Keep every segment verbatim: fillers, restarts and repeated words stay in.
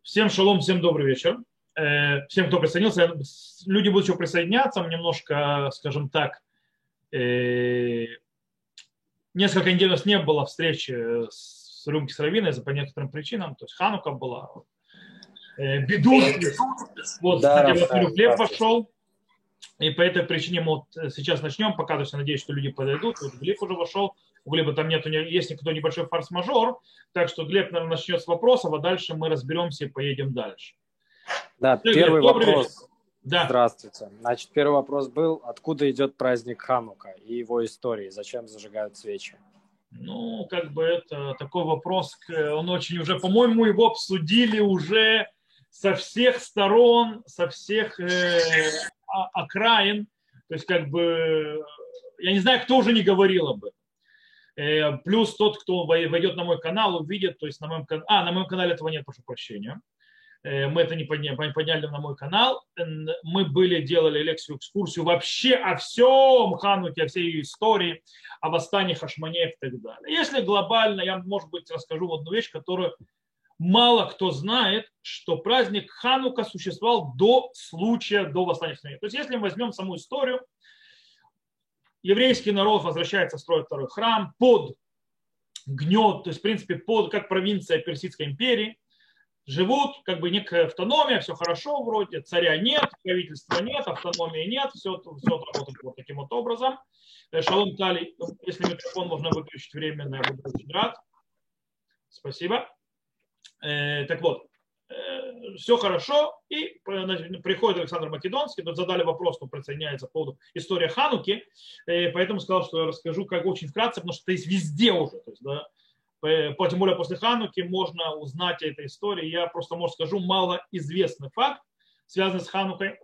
Всем шалом, всем добрый вечер. Э, Всем, кто присоединился. Люди будут еще присоединяться. Немножко, скажем так, э, несколько недель у нас не было встречи с рюмки с Равиной по некоторым причинам. То есть Ханука была, э, Бедут. Вот, Да, кстати, Раф, вот да, хлеб здравствуйте. вошел. И по этой причине мы вот сейчас начнем. Пока, то есть я надеюсь, что люди подойдут. Вот Глеб уже вошел. У Глеба там нету, есть никто небольшой форс-мажор. Так что Глеб, наверное, начнет с вопросов, а дальше мы разберемся и поедем дальше. Да, Все, Глеб, первый добрый вечер. вопрос. Да. Здравствуйте. Значит, первый вопрос был, откуда идет праздник Ханука и его истории, зачем зажигают свечи? Ну, Ну, как бы это такой вопрос, он очень уже, по-моему, его обсудили уже со всех сторон, со всех э, окраин. То есть, как бы, я не знаю, кто уже не говорил об этом. Э, плюс тот, кто войдет на мой канал, увидит, то есть на моем канале, а, на моем канале этого нет, прошу прощения. Мы это не подняли, подняли на мой канал. Мы были, делали лекцию, экскурсию вообще о всем Хануке, о всей ее истории, о восстании Хашманеев и так далее. Если глобально, я, может быть, расскажу одну вещь, которую мало кто знает, что праздник Ханука существовал до случая, до восстания Хашманеев. То есть, если мы возьмем саму историю, еврейский народ возвращается, строит второй храм под гнет, то есть, в принципе, под, как провинция Персидской империи, живут, как бы некая автономия, все хорошо вроде, царя нет, правительства нет, автономии нет, все, все работает вот таким вот образом. Шалом Тали, если микрофон можно выключить временно, я буду очень рад. Спасибо. Э, так вот, э, все хорошо, и значит, приходит Александр Македонский, тут задали вопрос, кто присоединяется по поводу истории Хануки, э, поэтому сказал, что я расскажу как очень вкратце, потому что это есть везде уже, то есть, да, тем более после Хануки можно узнать о этой истории. Я просто, может, скажу малоизвестный факт, связанный с Ханукой.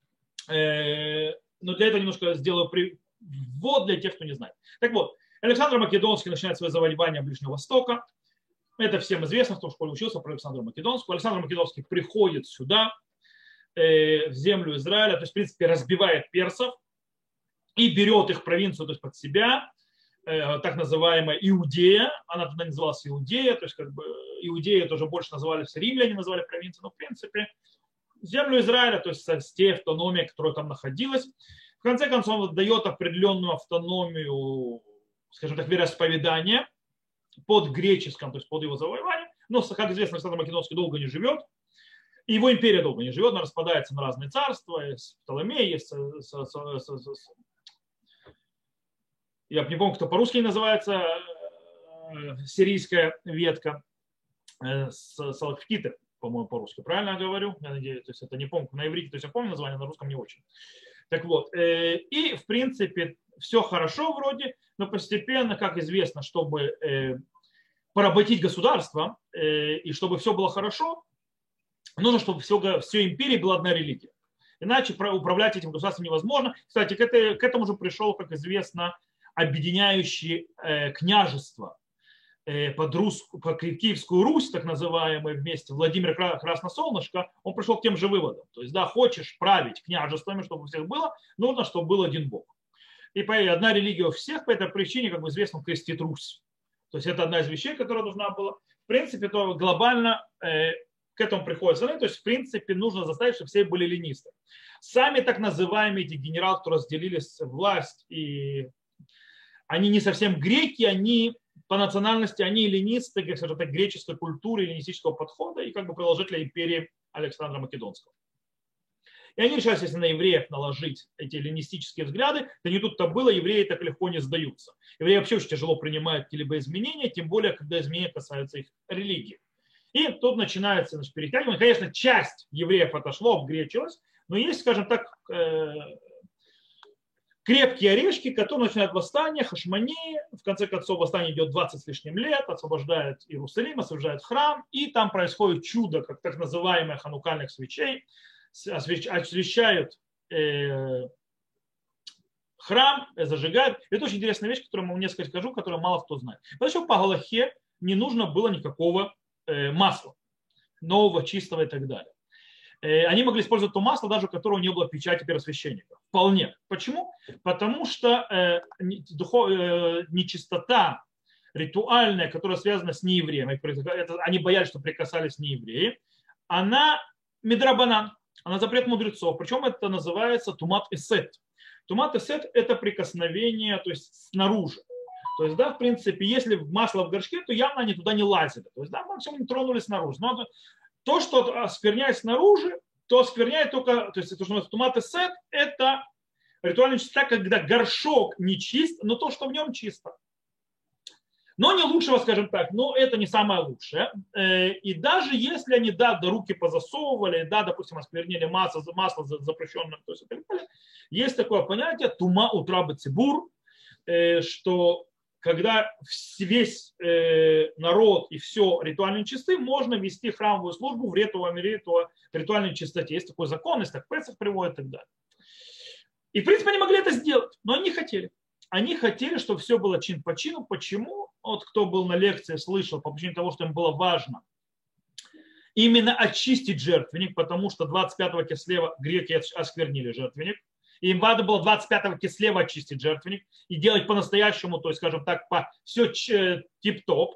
Но для этого немножко сделаю ввод для тех, кто не знает. Так вот, Александр Македонский начинает свое завоевание Ближнего Востока. Это всем известно, кто в школе учился про Александра Македонского. Александр Македонский приходит сюда, в землю Израиля, то есть, в принципе, разбивает персов и берет их провинцию, то есть, под себя, так называемая Иудея, она тогда называлась Иудея, то есть как бы Иудея тоже больше назывались римляне, называли провинцией, но в принципе землю Израиля, то есть с те автономии, которая там находилась. В конце концов он дает определенную автономию, скажем так, вероисповедания под греческом, то есть под его завоеванием. Но, как известно, Александр Македонский долго не живет, и его империя долго не живет, она распадается на разные царства, есть Птолемей, есть я не помню, кто по-русски называется, сирийская ветка, Салакфиты, по-моему, по-русски, правильно я говорю? Я надеюсь, то есть это не помню, на иврите, то есть я помню название, на русском не очень. Так вот, и в принципе все хорошо вроде, но постепенно, как известно, чтобы поработить государство и чтобы все было хорошо, нужно, чтобы все, все империи была одна религия. Иначе управлять этим государством невозможно. Кстати, к, этой, к этому же пришел, как известно, объединяющий э, княжество э, под, Рус, под Киевскую Русь, так называемые вместе, Владимир Красносолнышко, он пришел к тем же выводам. То есть, да, хочешь править княжествами, чтобы у всех было, нужно, чтобы был один Бог. И по, одна религия у всех, по этой причине, как бы известно, он крестит Русь. То есть, это одна из вещей, которая должна была. В принципе, то глобально э, к этому приходится. То есть, в принципе, нужно заставить, чтобы все были ленисты. Сами так называемые эти генералы, которые разделили власть и они не совсем греки, они по национальности, они эллинисты, как скажем так, греческой культуры, эллинистического подхода и как бы продолжатели империи Александра Македонского. И они решают, если на евреев наложить эти эллинистические взгляды, то не тут-то было, евреи так легко не сдаются. Евреи вообще очень тяжело принимают какие-либо изменения, тем более, когда изменения касаются их религии. И тут начинается значит, перетягивание. Конечно, часть евреев отошло, обгречилась, но есть, скажем так, крепкие орешки, которые начинают восстание, Хашманеи, в конце концов восстание идет двадцать с лишним лет, освобождают Иерусалим, освобождают храм, и там происходит чудо, как так называемых ханукальных свечей, освещают э, храм, зажигают. Это очень интересная вещь, которую я вам несколько скажу, которую мало кто знает. Потому что по Галахе не нужно было никакого э, масла, нового, чистого и так далее. Они могли использовать то масло, даже у которого не было печати первосвященника. Вполне. Почему? Потому что э, духов, э, нечистота ритуальная, которая связана с неевреем, это, они боялись, что прикасались неевреи, она мидрабанан, она запрет мудрецов. Причем это называется тумат эсет. Тумат эсет – это прикосновение, то есть снаружи. То есть, да, в принципе, если масло в горшке, то явно они туда не лазили. То есть, да, максимум тронули снаружи. Но то, что оскверняет снаружи, то оскверняет только, то есть, то, что называется тумат эсет, это ритуальная чистота, когда горшок не чист, но то, что в нем чисто. Но не лучшего, скажем так, но это не самое лучшее. И даже если они, да, до руки позасовывали, да, допустим, осквернили масло, масло запрещенное, то есть, и так далее, есть такое понятие тума утрабы цибур, что когда весь народ и все ритуально чисты, можно вести храмовую службу в ритуальной чистоте. Есть такой закон, есть так Песах приводит и так далее. И, в принципе, они могли это сделать, но они не хотели. Они хотели, чтобы все было чин по чину. Почему? Вот кто был на лекции, слышал, по причине того, что им было важно именно очистить жертвенник, потому что двадцать пятого кислева греки осквернили жертвенник. И им надо было двадцать пятого кислева очистить жертвенник и делать по-настоящему, то есть, скажем так, по, все тип-топ.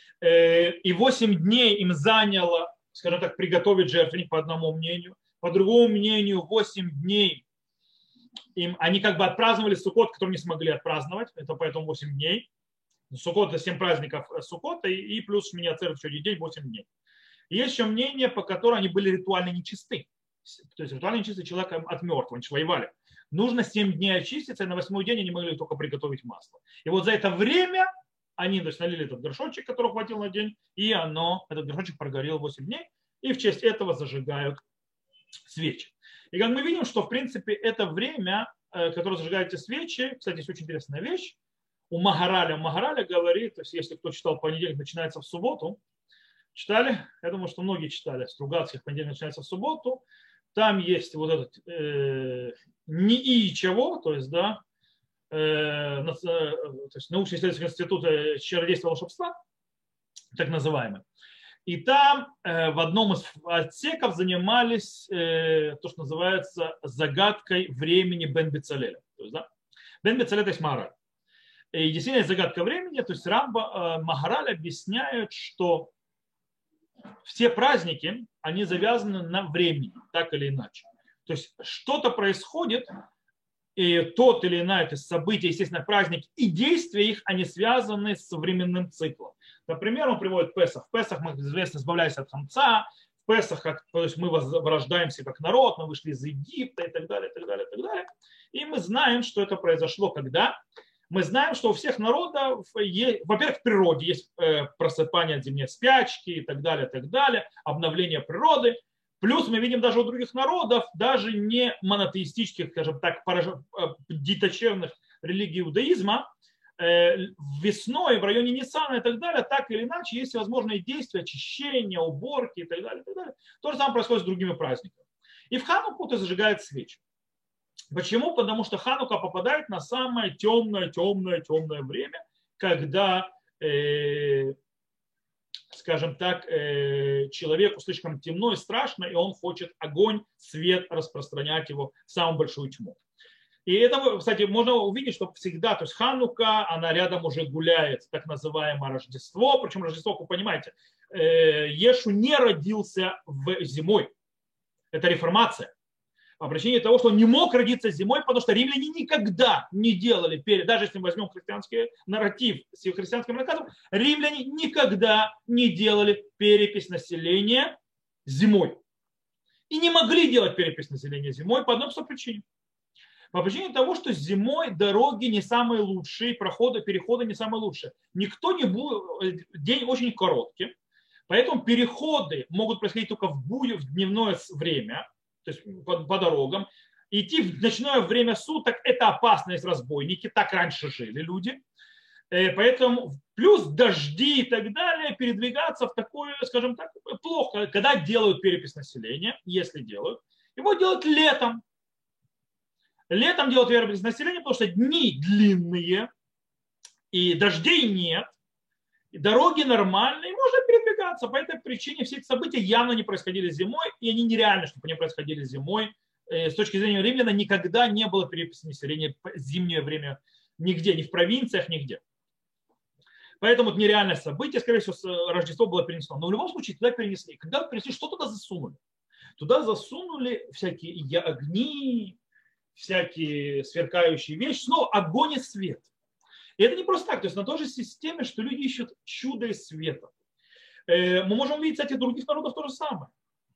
И восемь дней им заняло, скажем так, приготовить жертвенник, по одному мнению. По другому мнению, восемь дней им, они как бы отпраздновали Суккот, который не смогли отпраздновать. Это поэтому восемь дней. Суккот – это семь праздников Суккота, и плюс Шмини Ацерет еще один день, восемь дней. И есть еще мнение, по которому они были ритуально нечисты. То есть ритуально нечистый человек от мертвого, они воевали. Нужно семь дней очиститься, и на восьмой день они могли только приготовить масло. И вот за это время они, то есть, налили этот горшочек, который хватил на день, и оно, этот горшочек прогорел восемь дней, и в честь этого зажигают свечи. И как мы видим, что в принципе это время, которое зажигают эти свечи, кстати, есть очень интересная вещь, у Магараля, Магараля говорит, то есть если кто читал понедельник, начинается в субботу, читали? Я думаю, что многие читали, Стругацких понедельник начинается в субботу, там есть вот этот э, НИИ чего, то есть, да, э, то есть научно-исследовательский институт чародейства и волшебства, так называемый. И там э, в одном из отсеков занимались э, то, что называется загадкой времени Бен Бецалеля. То есть, да, Бен Бецалель есть Магараль. И действительно есть загадка времени, то есть Рамба, э, Магараль объясняет, что все праздники, они завязаны на времени, так или иначе. То есть что-то происходит, и тот или иной событие, естественно, праздник и действия их, они связаны с временным циклом. Например, он приводит Песах. В Песах мы, известно, избавляемся от хамца, в Песах как, то есть мы возрождаемся как народ, мы вышли из Египта и так далее, и так далее, и так далее. И мы знаем, что это произошло когда. Мы знаем, что у всех народов, есть, во-первых, в природе есть просыпание от зимней спячки и так далее, и так далее, обновление природы. Плюс мы видим даже у других народов, даже не монотеистических, скажем так, деточерных религий иудаизма, весной в районе Ниссана и так далее, так или иначе, есть возможные действия, очищения, уборки и так далее. И так далее. То же самое происходит с другими праздниками. И в Хануку ты зажигает свечи. Почему? Потому что Ханука попадает на самое темное, темное, темное время, когда, э, скажем так, э, человеку слишком темно и страшно, и он хочет огонь, свет распространять его в самую большую тьму. И это, кстати, можно увидеть, что всегда, то есть Ханука, она рядом уже гуляет, так называемое Рождество, причем Рождество, как вы понимаете, э, Ешу не родился в зимой, это реформация. По причине того, что он не мог родиться зимой, потому что римляне никогда не делали, даже если мы возьмем христианский нарратив с христианским наказом, римляне никогда не делали перепись населения зимой. И не могли делать перепись населения зимой по одной простой причине. По причине того, что зимой дороги не самые лучшие, проходы, переходы не самые лучшие. Никто не будет, день очень короткий, поэтому переходы могут происходить только в, буй, в дневное время, то есть по, по дорогам. Идти в ночное время суток – это опасно, есть разбойники, так раньше жили люди. Поэтому плюс дожди и так далее, передвигаться в такое, скажем так, плохо. Когда делают перепись населения, если делают, его делают летом. Летом делают перепись населения, потому что дни длинные, и дождей нет, и дороги нормальные, и можно передвигаться. По этой причине все эти события явно не происходили зимой, и они нереальны, чтобы они происходили зимой. С точки зрения римляна никогда не было переписи населения в зимнее время нигде, ни в провинциях, нигде. Поэтому это нереальное событие, скорее всего, Рождество было перенесено. Но в любом случае туда перенесли. Когда перенесли, что туда засунули? Туда засунули всякие огни, всякие сверкающие вещи. Снова огонь и свет. И это не просто так. То есть на той же системе, что люди ищут чудо и света. Мы можем увидеть, кстати, других народов то же самое.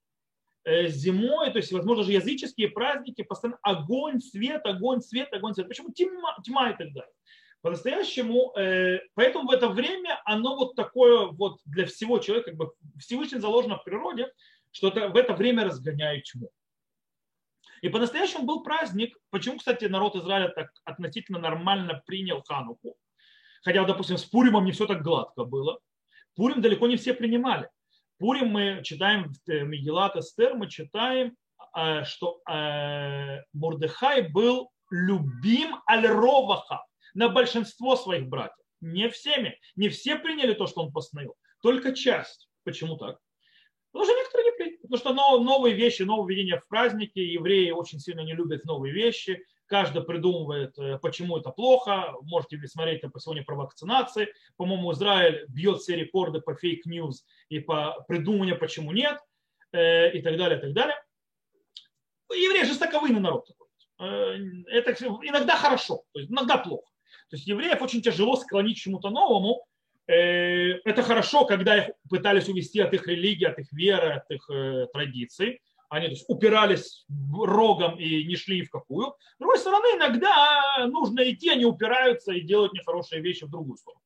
Зимой, то есть, возможно, же языческие праздники, постоянно огонь, свет, огонь, свет, огонь, свет. Почему тьма, тьма и так далее? По-настоящему, поэтому в это время оно вот такое вот для всего человека, как бы Всевышний заложено в природе, что это, в это время разгоняет тьму. И по-настоящему был праздник. Почему, кстати, народ Израиля так относительно нормально принял Хануку? Хотя, допустим, с Пуримом не все так гладко было. Пурим далеко не все принимали. Пурим мы читаем в Мегилат Эстер, мы читаем, что Мордехай был любим аль-Роваха на большинство своих братьев. Не всеми. Не все приняли то, что он постановил. Только часть. Почему так? Потому что некоторые не приняли. Потому что новые вещи, новые введения в праздники, евреи очень сильно не любят новые вещи. Каждый придумывает, почему это плохо. Можете смотреть по сегодня про вакцинации. По-моему, Израиль бьет все рекорды по фейк-ньюс и по придумыванию, почему нет. И так далее, и так далее. Евреи жестоковыйный народ такой. Это иногда хорошо, то есть иногда плохо. То есть евреев очень тяжело склонить к чему-то новому. Это хорошо, когда их пытались увести от их религии, от их веры, от их традиций. Они то есть, упирались рогом и не шли в какую. С другой стороны, иногда нужно идти, они упираются и делают нехорошие вещи в другую сторону.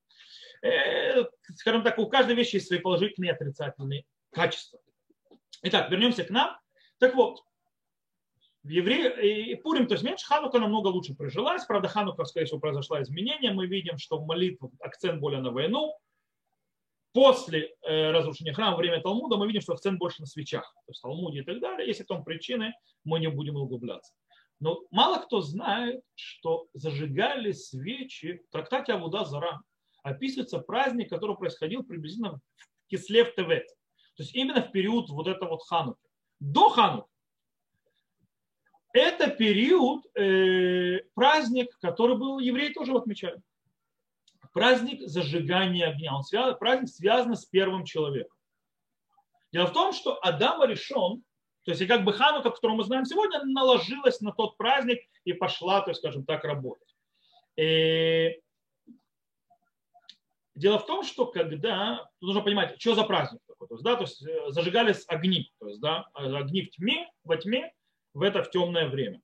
Скажем так, у каждой вещи есть свои положительные и отрицательные качества. Итак, вернемся к нам. Так вот, в евреи, и Пурим, то есть меньше, Ханука намного лучше прижилась. Правда, Ханука, скорее всего, произошла изменение. Мы видим, что в молитве акцент более на войну. После э, разрушения храма, во время Талмуда, мы видим, что акцент больше на свечах. То есть Талмуде и так далее. Если там причины, мы не будем углубляться. Но мало кто знает, что зажигали свечи. В трактате Авуда Зара описывается праздник, который происходил приблизительно в Кислев Тевет. То есть именно в период вот этого вот Хануки. До Хануки. Это период, э, праздник, который был, евреи тоже отмечали. Праздник зажигания огня. Он связан, праздник связан с первым человеком. Дело в том, что Адам решен, то есть и как бы Ханука, которую мы знаем сегодня, наложилась на тот праздник и пошла, то есть, скажем так, работать. И дело в том, что когда, тут нужно понимать, что за праздник такой, то есть, да, то есть зажигались огни, то есть, да, огни в тьме, во тьме, в это в темное время.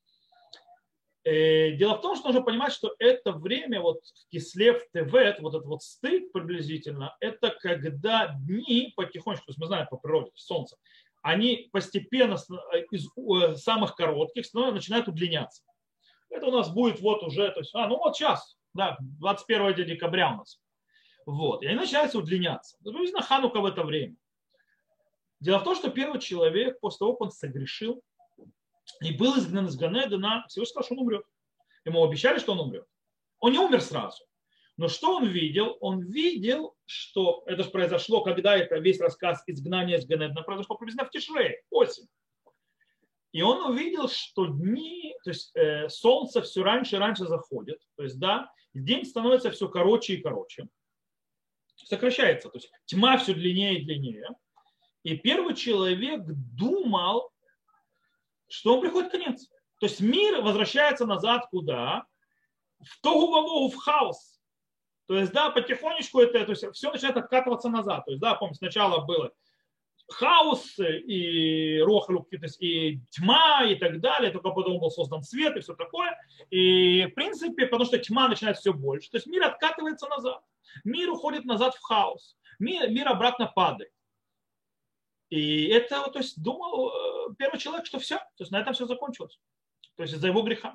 Дело в том, что нужно понимать, что это время, вот Кислев Тевет, вот этот вот стык приблизительно, это когда дни потихонечку, то есть мы знаем по природе, солнце, они постепенно из самых коротких начинают удлиняться. Это у нас будет вот уже, то есть, а, ну вот сейчас, да, двадцать первого декабря у нас. Вот, и они начинаются удлиняться. Приблизительно Ханука в это время. Дело в том, что первый человек, после того, как он согрешил, и был изгнан из Ганедана, Всевышний сказал, что он умрет. Ему обещали, что он умрет. Он не умер сразу. Но что он видел? Он видел, что это же произошло, когда это весь рассказ изгнания из Ганедана произошло приблизительно в Тишрее, осень. И он увидел, что дни, то есть э, солнце все раньше и раньше заходит. То есть, да, день становится все короче и короче. Сокращается. То есть тьма все длиннее и длиннее. И первый человек думал, что он приходит конец. То есть мир возвращается назад куда? В тогу-вавогу, в хаос. То есть, да, потихонечку это, то есть все начинает откатываться назад. То есть, да, помните, сначала было хаос и рохлюк, то есть и тьма и так далее, только потом был создан свет и все такое. И в принципе, потому что тьма начинает все больше, то есть мир откатывается назад. Мир уходит назад в хаос. Мир, мир обратно падает. И это, то есть, думал первый человек, что все, то есть на этом все закончилось. То есть из-за его греха.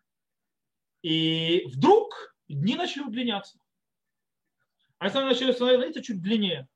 И вдруг дни начали удлиняться. А если они начали становиться чуть длиннее.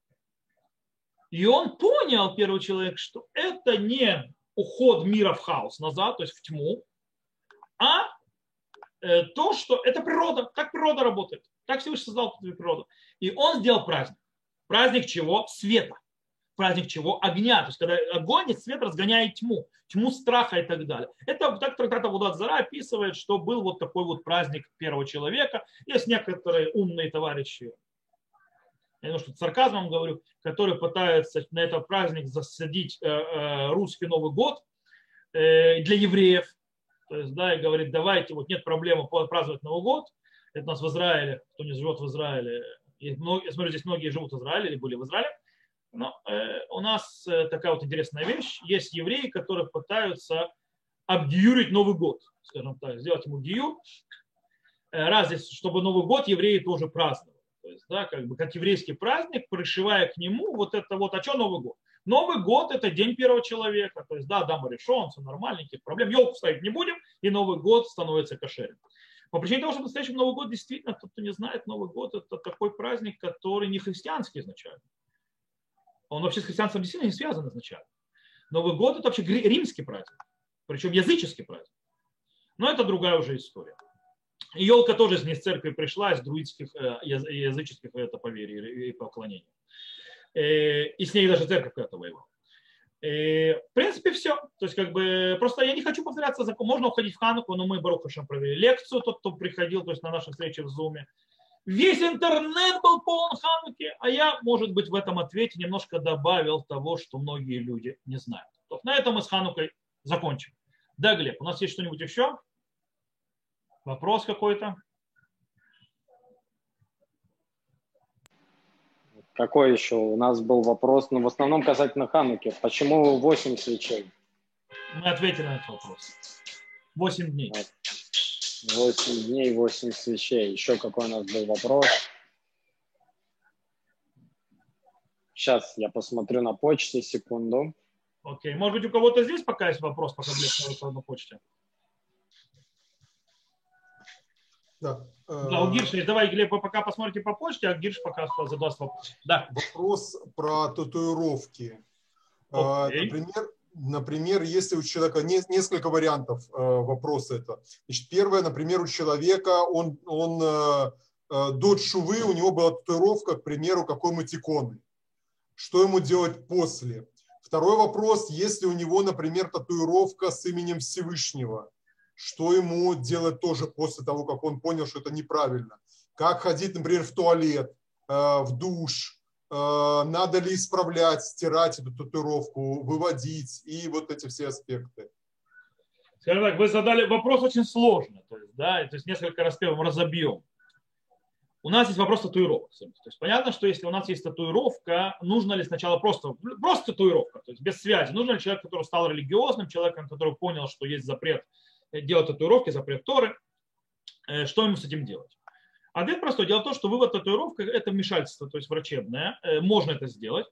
И он понял, первый человек, что это не уход мира в хаос назад, то есть в тьму, а то, что это природа, как природа работает. Так Всевышний создал природу. И он сделал праздник. Праздник чего? Света. праздник чего? Огня. То есть, когда огонь и свет разгоняет тьму, тьму страха и так далее. Это так трактат Аводат Зара описывает, что был вот такой вот праздник первого человека. Есть некоторые умные товарищи, я немножко сарказмом говорю, которые пытаются на этот праздник засадить русский Новый год для евреев. То есть, да, и говорит, давайте, вот нет проблемы праздновать Новый год. Это у нас в Израиле, кто не живет в Израиле. Я смотрю, здесь многие живут в Израиле или были в Израиле. Но э, у нас э, такая вот интересная вещь. Есть евреи, которые пытаются обгиюрить Новый год, скажем так, сделать ему гиюр. Э, раз здесь, чтобы Новый год евреи тоже праздновали. То есть, да, как бы как еврейский праздник, пришивая к нему вот это вот, а что Новый год? Новый год – это день первого человека. То есть, да, Адам решен, все нормально, никаких проблем. Елку ставить не будем, и Новый год становится кошерным. По причине того, что настоящий Новый год действительно, тот, кто не знает, Новый год – это такой праздник, который не христианский изначально. Он вообще с христианством действительно не связан изначально. Новый год – это вообще римский праздник, причем языческий праздник. Но это другая уже история. И елка тоже из церкви пришла, из друидских, языческих это поверий и поклонений. И с ней даже церковь когда-то воевала. И, в принципе, все. То есть, как бы, просто я не хочу повторяться закон. Можно уходить в Хануку, но мы Барух Хашем провели лекцию, тот, кто приходил, то есть на нашей встрече в Зуме. Весь интернет был полон Хануки, а я, может быть, в этом ответе немножко добавил того, что многие люди не знают. То на этом мы с Ханукой закончим. Да, Глеб, у нас есть что-нибудь еще? Вопрос какой-то? Какой еще? У нас был вопрос, но в основном касательно Хануки. Почему восемь свечей? Мы ответили на этот вопрос. восемь дней. восемь дней, восемь свечей. Еще какой у нас был вопрос? Сейчас я посмотрю на почте, секунду. Окей. Может быть, у кого-то здесь пока есть вопрос, пока Глеб смотрит на почте? Да. Да, у Гирша, давай, Глеб, вы пока посмотрите по почте, а Гирш пока задаст вопрос. Да. Вопрос про татуировки. Окей. Например, например, если у человека несколько вариантов вопроса это. Значит, первое, например, у человека, он, он до тшувы, у него была татуировка, к примеру, какой-нибудь иконы. Что ему делать после? Второй вопрос, если у него, например, татуировка с именем Всевышнего, что ему делать тоже после того, как он понял, что это неправильно? Как ходить, например, в туалет, в душ? Надо ли исправлять, стирать эту татуировку, выводить и вот эти все аспекты? Скажем так, вы задали вопрос очень сложный, то есть, да, то есть несколько раз первым разобьем. У нас есть вопрос татуировок. То есть понятно, что если у нас есть татуировка, нужно ли сначала просто, просто татуировка, то есть без связи, нужно ли человек, который стал религиозным человеком, который понял, что есть запрет делать татуировки, запрет Торы, что ему с этим делать? Ответ простой. Дело в том, что вывод татуировка – это вмешательство, то есть врачебное. Можно это сделать.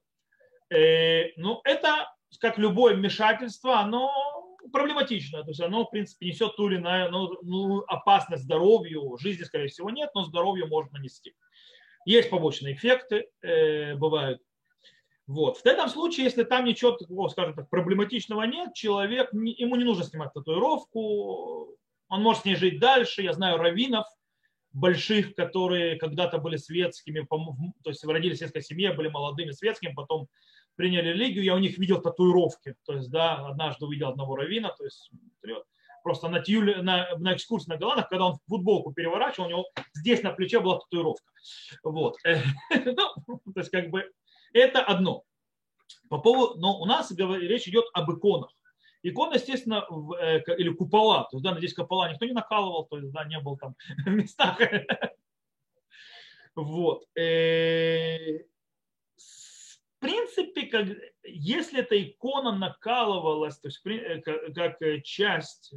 Но это, как любое вмешательство, оно проблематично. То есть оно, в принципе, несет ту или иную ну, опасность здоровью. Жизни, скорее всего, нет, но здоровью может нанести. Есть побочные эффекты, бывают. Вот. В этом случае, если там ничего такого, скажем так, проблематичного нет, человек, ему не нужно снимать татуировку, он может с ней жить дальше. Я знаю раввинов больших, которые когда-то были светскими, то есть родились в светской семье, были молодыми светскими, потом приняли религию, я у них видел татуировки. То есть, да, однажды увидел одного раввина, то есть просто на, тюле, на, на экскурсии на Голландах, когда он футболку переворачивал, у него здесь на плече была татуировка. Вот. Ну, то есть, как бы, это одно. По поводу, но у нас речь идет об иконах. Иконы, естественно, в, или купола. То есть, да, здесь купола никто не накалывал, то есть, да, не был там в местах. Вот. В принципе, как, если эта икона накалывалась, то есть, как часть,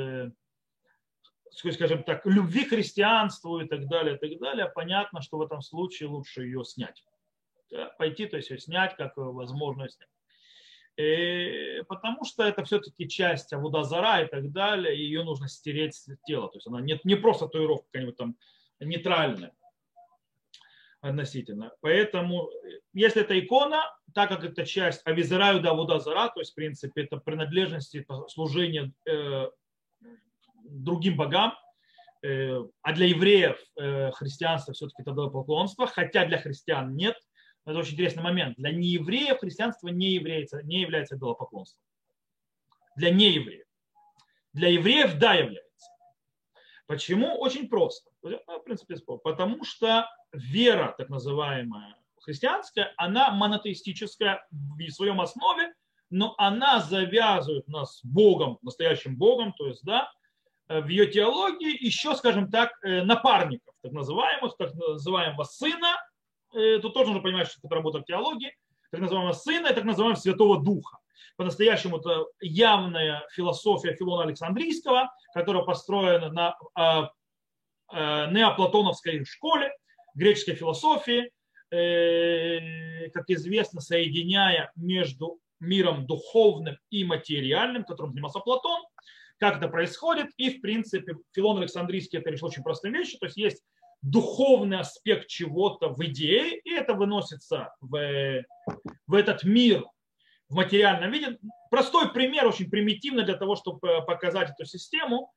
скажем так, любви к христианству и так далее, и так далее, понятно, что в этом случае лучше ее снять. Пойти, то есть ее снять, как возможно снять. И потому что это все-таки часть авода зара и так далее, и ее нужно стереть с тела. То есть она не, не просто татуировка какая-нибудь там нейтральная относительно. Поэтому, если это икона, так как это часть авизараю да авода зара, то есть в принципе это принадлежности служения э, другим богам, э, а для евреев э, христианство все-таки это поклонство, хотя для христиан нет. Это очень интересный момент. Для неевреев христианство не является, не является идолопоклонством. Для неевреев. Для евреев да является. Почему? Очень просто. В принципе, потому что вера, так называемая христианская, она монотеистическая в своем основе, но она завязывает нас с Богом, настоящим Богом, то есть, да, в ее теологии еще, скажем так, напарников, так называемых, так называемого сына. Тут тоже нужно понимать, что это работа в теологии, так называемого сына и так называемого Святого Духа. По-настоящему это явная философия Филона Александрийского, которая построена на э, э, неоплатоновской школе, греческой философии, э, как известно, соединяя между миром духовным и материальным, которым занимался Платон, как это происходит. И, в принципе, Филон Александрийский это решил очень простые вещи, то есть есть духовный аспект чего-то в идее, и это выносится в, в этот мир в материальном виде. Простой пример, очень примитивный для того, чтобы показать эту систему.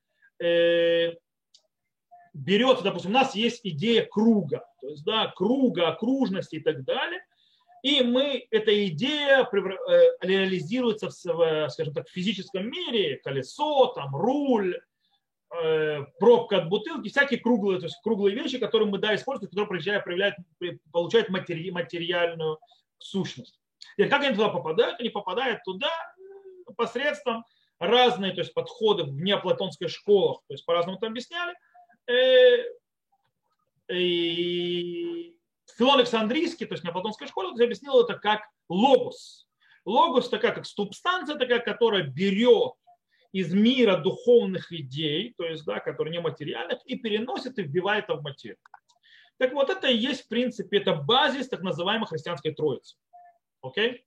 Берется, допустим, у нас есть идея круга, то есть, да, круга, окружности и так далее, и мы, эта идея реализируется в, скажем так, в физическом мире, колесо, там, руль, пробка от бутылки, всякие круглые, то есть круглые вещи, которые мы, да, используем, которые проявляют, проявляют, получают матери, материальную сущность. И как они туда попадают? Они попадают туда посредством разные, то есть подходы в неоплатонских школах, то есть по-разному там объясняли. И Филон Александрийский, то есть неоплатонская школа, объяснил это как логос. Логос такая, как субстанция такая, которая берет из мира духовных идей, то есть, да, которые нематериальных, и переносит и вбивает это в материю. Так вот, это и есть, в принципе, это базис так называемой христианской троицы. Окей?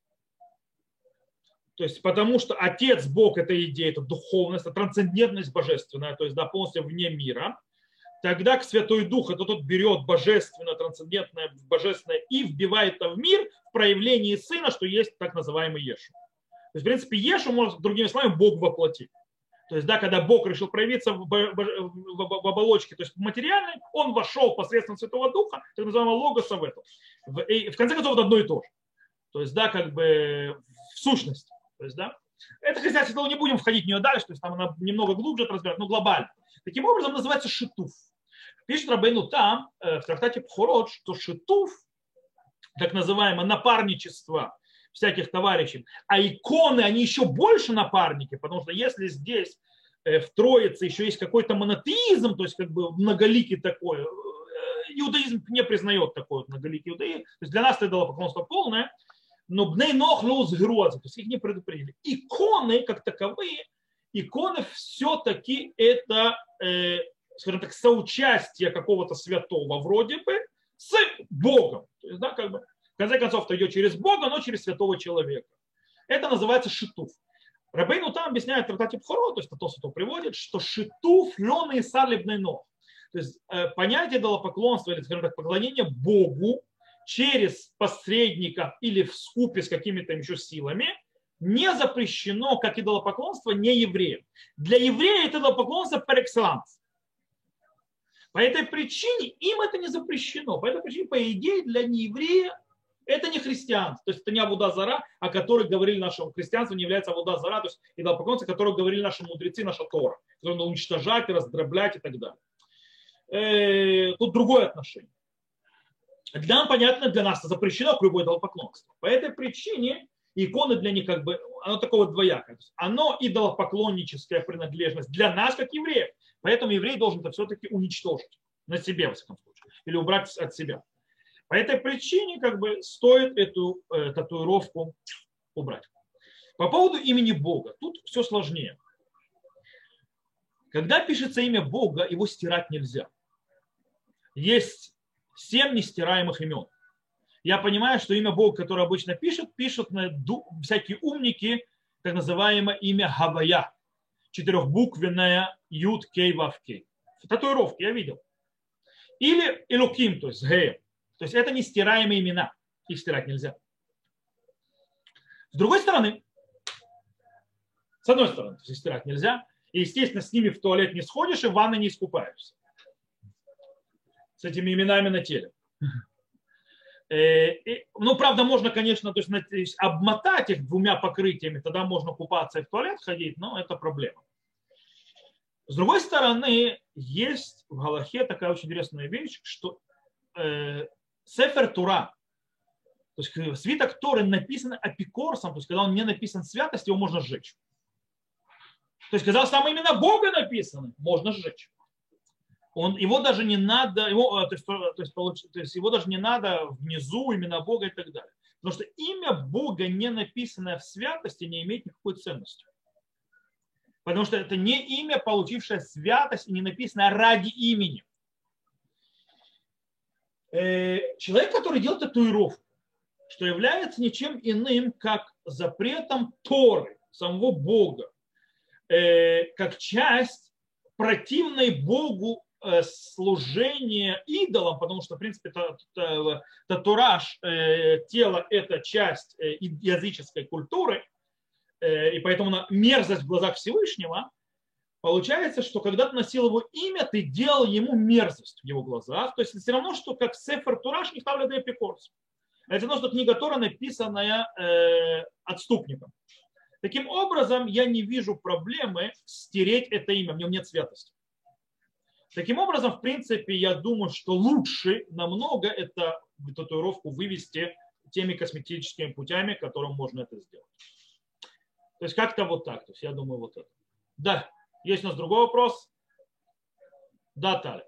То есть, потому что Отец, Бог, это идея, это духовность, это трансцендентность божественная, то есть, да, полностью вне мира. Тогда к Святой Дух, это тот берет божественное, трансцендентное, божественное и вбивает это в мир в проявлении Сына, что есть так называемый Ешу. То есть, в принципе, Ешу, может, другими словами, Бог воплоти. То есть, да, когда Бог решил проявиться в, в, в, в оболочке, то есть в материальной, он вошел посредством Святого Духа, так называемого логоса в это. И в конце концов, это одно и то же. То есть, да, как бы в сущности. То есть, да. Это христианство, не будем входить в нее дальше, то есть там она немного глубже это разбирает, но глобально. Таким образом, называется шитуф. Пишет Рабейну там, в трактате Пхорот, что шитуф, так называемое напарничество всяких товарищей, а иконы, они еще больше напарники, потому что если здесь в Троице еще есть какой-то монотеизм, то есть как бы многоликий такой, иудаизм не признает такой многоликий иудаизм, то есть для нас это идолопоклонство полное, но бней нох лоуз геруаза, то есть их не предупредили. Иконы, как таковые, иконы все-таки это, э, скажем так, соучастие какого-то святого вроде бы с Богом. То есть, да, как бы, в конце концов, это идет через Бога, но через святого человека. Это называется шитуф. Рабейну там объясняет в трактате Пхорот, то есть то, что приводит, что шитуф лёна и сарлибный ног. То есть э, понятие идолопоклонства или, скажем так, поклонение Богу через посредников или в скупе с какими-то еще силами не запрещено, как идолопоклонство не евреям. Для еврея это идолопоклонство par excellence. По этой причине им это не запрещено. По этой причине, по идее, для нееврея это не христианство. То есть это не авода зара, о которой говорили наши христианство, не является авода зара, то есть идолопоклонство, о которых говорили наши мудрецы, наша Тора, которые надо уничтожать, раздроблять и так далее. Тут другое отношение. Для нас, понятно, для нас это запрещено к любой идолопоклонство. По этой причине иконы для них как бы, оно такого двоякое. Оно идолопоклонническая принадлежность для нас, как евреев. Поэтому еврей должен это все-таки уничтожить на себе, во всяком случае, или убрать от себя. По этой причине как бы стоит эту э, татуировку убрать. По поводу имени Бога, тут все сложнее. Когда пишется имя Бога, его стирать нельзя. Есть семь нестираемых имен. Я понимаю, что имя Бога, которое обычно пишут, пишут на всякие умники, так называемое имя Гавая. Четырехбуквенная Юд Кей Вав Кей. Татуировки я видел. Или Элуким, то есть Геем. То есть это нестираемые имена. Их стирать нельзя. С другой стороны, с одной стороны, то есть стирать нельзя. И, естественно, с ними в туалет не сходишь и в ванной не искупаешься. С этими именами на теле. Ну, правда, можно, конечно, то есть, обмотать их двумя покрытиями, тогда можно купаться и в туалет ходить, но это проблема. С другой стороны, есть в Галахе такая очень интересная вещь, что э, Сефер Тура, то есть свиток Торы написан апикорсом, то есть когда он не написан святость, его можно сжечь. То есть когда там именно Бога написано, можно сжечь. Он, его даже не надо, его, то есть, то, есть, то есть его даже не надо внизу именно Бога и так далее. Потому что имя Бога, не написанное в святости, не имеет никакой ценности. Потому что это не имя, получившее святость и не написанное ради имени. Человек, который делает татуировку, что является ничем иным, как запретом Торы, самого Бога, как часть противной Богу служения идолам, потому что, в принципе, татураж тела – это часть языческой культуры, и поэтому мерзость в глазах Всевышнего, получается, что когда ты носил его имя, ты делал ему мерзость в его глазах. То есть это все равно, что как Сефер Тураш не ставлю Эпикорс. Это все равно, что книга Тора, написанная э, отступником. Таким образом, я не вижу проблемы стереть это имя, в нем нет святости. Таким образом, в принципе, я думаю, что лучше намного это татуировку вывести теми косметическими путями, которым можно это сделать. То есть как-то вот так. То есть я думаю вот это. Да, есть у нас другой вопрос. Да, Таля.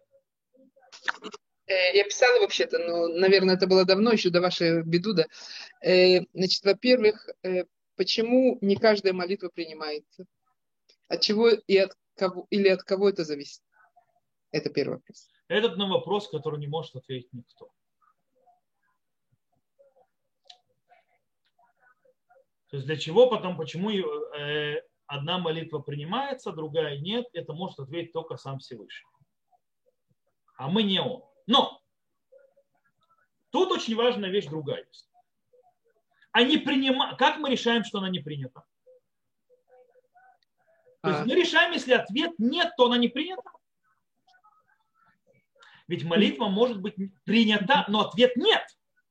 Я писала вообще-то, но, наверное, это было давно, еще до вашей бедуда. Значит, во-первых, почему не каждая молитва принимается? От чего и от кого, или от кого это зависит? Это первый вопрос. Этот на вопрос, который не может ответить никто. То есть для чего, потом, почему одна молитва принимается, другая нет, это может ответить только сам Всевышний. А мы не он. Но тут очень важная вещь другая есть. А не принима... Как мы решаем, что она не принята? То есть мы решаем, если ответ нет, то она не принята. Ведь молитва может быть принята, но ответ нет.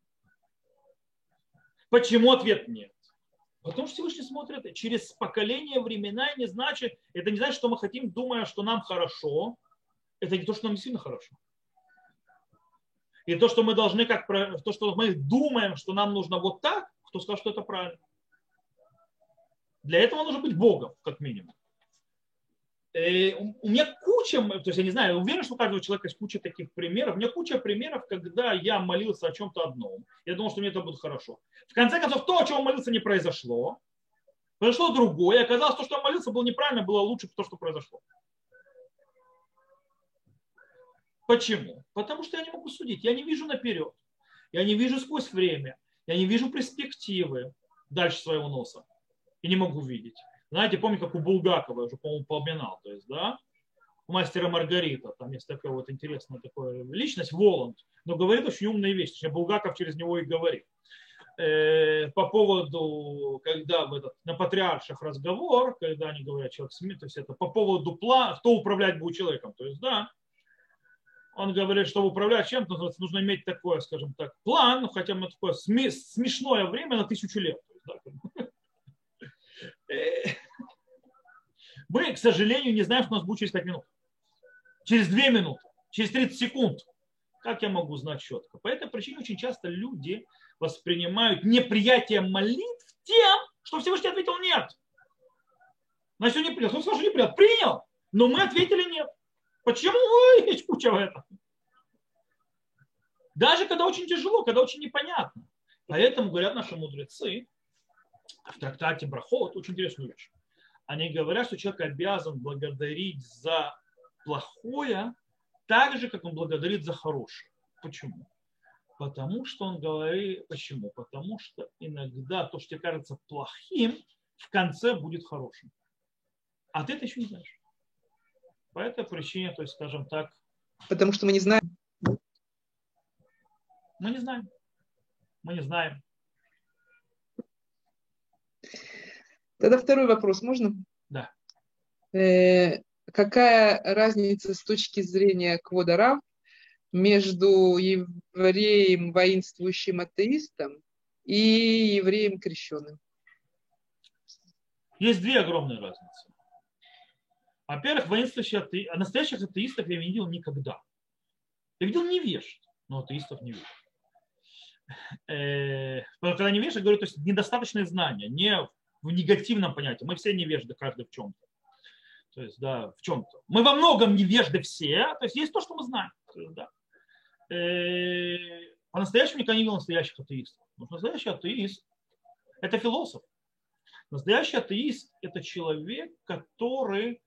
Почему ответ нет? Потому что Всевышний смотрит через поколения, времена, и не значит, это не значит, что мы хотим, думая, что нам хорошо. Это не то, что нам действительно хорошо. И то, что мы должны, как то, что мы думаем, что нам нужно вот так, кто сказал, что это правильно. Для этого нужно быть Богом, как минимум. И у меня куча, то есть я не знаю, я уверен, что у каждого человека есть куча таких примеров. У меня куча примеров, когда я молился о чем-то одном. Я думал, что мне это будет хорошо. В конце концов, то, о чем он молился, не произошло. Произошло другое. И оказалось, то, что он молился, было неправильно, было лучше то, что произошло. Почему? Потому что я не могу судить. Я не вижу наперед. Я не вижу сквозь время. Я не вижу перспективы дальше своего носа. И не могу видеть. Знаете, помните, как у Булгакова, я уже, по-моему, упоминал, то есть, да, у мастера Маргарита, там есть такая вот интересная такая личность, Воланд, но говорит очень умные вещи, точнее, Булгаков через него и говорит. Э, по поводу, когда в этот, на патриарших разговор, когда они говорят, человек СМИ, то есть это по поводу плана, кто управлять будет человеком, то есть, да, он говорит, чтобы управлять чем-то, нужно иметь такое, скажем так, план, ну, хотя бы такое смешное время на тысячу лет. Мы, к сожалению, не знаем, что у нас будет через пять минут. Через две минуты. Через тридцать секунд. Как я могу знать четко? По этой причине очень часто люди воспринимают неприятие молитв тем, что Всевышний ответил нет. Значит, он не принял. Он сказал, что не принял. Принял. Но мы ответили нет. Почему? Ой, есть куча в этом. Даже когда очень тяжело, когда очень непонятно. Поэтому говорят наши мудрецы, в трактате Брахот очень интересную вещь. Они говорят, что человек обязан благодарить за плохое так же, как он благодарит за хорошее. Почему? Потому что он говорит, почему? Потому что иногда то, что тебе кажется плохим, в конце будет хорошим. А ты это еще не знаешь. По этой причине, то есть, скажем так. Потому что мы не знаем. Мы не знаем. Мы не знаем. Тогда второй вопрос, можно? Да. Э, какая разница с точки зрения квода Рав, между евреем, воинствующим атеистом, и евреем крещенным? Есть две огромные разницы. Во-первых, воинствующие ате... а настоящих атеистов я не видел никогда. Я видел невежд, но атеистов не видел. Э, Когда невежды, я говорю, то есть недостаточные знания, не в негативном понятии. Мы все невежды, каждый в чем-то. То есть, да, в чем-то. Мы во многом невежды все, то есть есть то, что мы знаем. То есть, да. Э, По-настоящему никогда не видел настоящих атеистов. Потому что настоящий атеист – это философ. Настоящий атеист – это человек, который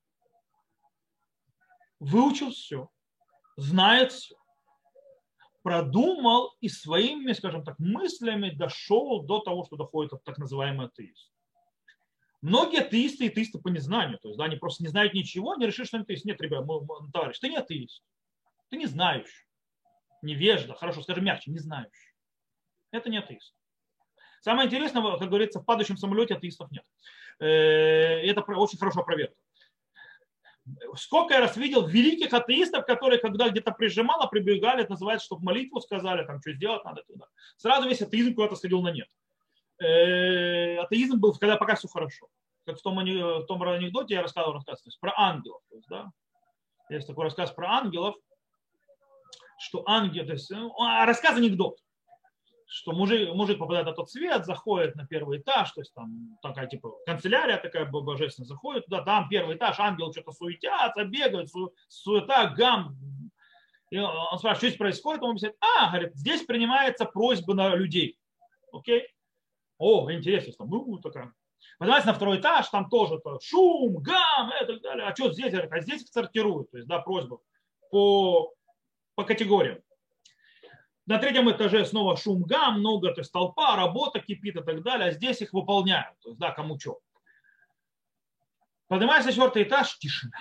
выучил все, знает все, продумал и своими, скажем так, мыслями дошел до того, что доходит так называемый атеист. Многие атеисты и атеисты по незнанию, то есть да, они просто не знают ничего, не решили, что они атеист. Нет, ребят, товарищ, ты не атеист, ты не знающий, невежда, хорошо, скажи мягче, не знающий. Это не атеист. Самое интересное, как говорится, в падающем самолете атеистов нет. Это очень хорошая проверка. Сколько я раз видел великих атеистов, которые, когда где-то прижимало, прибегали, это называется, чтобы молитву сказали, там, что сделать надо туда. Сразу весь атеизм куда-то сходил на нет. Атеизм был, когда пока все хорошо. Как в том, в том анекдоте я рассказывал рассказ, то есть про ангелов. То есть, да, есть такой рассказ про ангелов, что ангел, то есть, ну, рассказ анекдот, что мужик, мужик попадает на тот свет, заходит на первый этаж, то есть там такая типа канцелярия такая божественная, заходит туда, там первый этаж, ангелы что-то суетятся, бегают, су, суета, гам. И он спрашивает, что здесь происходит, он объясняет, а, говорит, здесь принимается просьба на людей. Окей? О, интересно, там, ну, такая. Поднимается на второй этаж, там тоже то, шум, гам и так далее. А что здесь? А здесь их сортируют, то есть, да, просьба по, по категориям. На третьем этаже снова шум, гам, много, то есть толпа, работа кипит и так далее, а здесь их выполняют, то есть, да, кому что. Поднимается на четвертый этаж, тишина.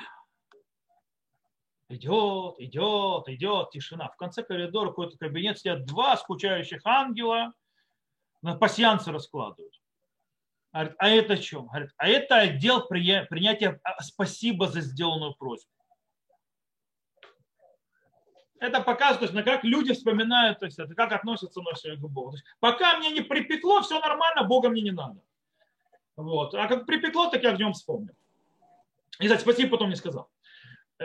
Идет, идет, идет, тишина. В конце коридора какой-то кабинет сидят два скучающих ангела, пасьянцы раскладывают. Говорит, а это что? Говорит, а это отдел принятия спасибо за сделанную просьбу. Это показывает, на как люди вспоминают, то есть это как относятся наши к Богу. Есть, пока мне не припекло, все нормально, Бога мне не надо. Вот. А как припекло, так я в нем вспомнил. И, кстати, спасибо потом не сказал. Ну,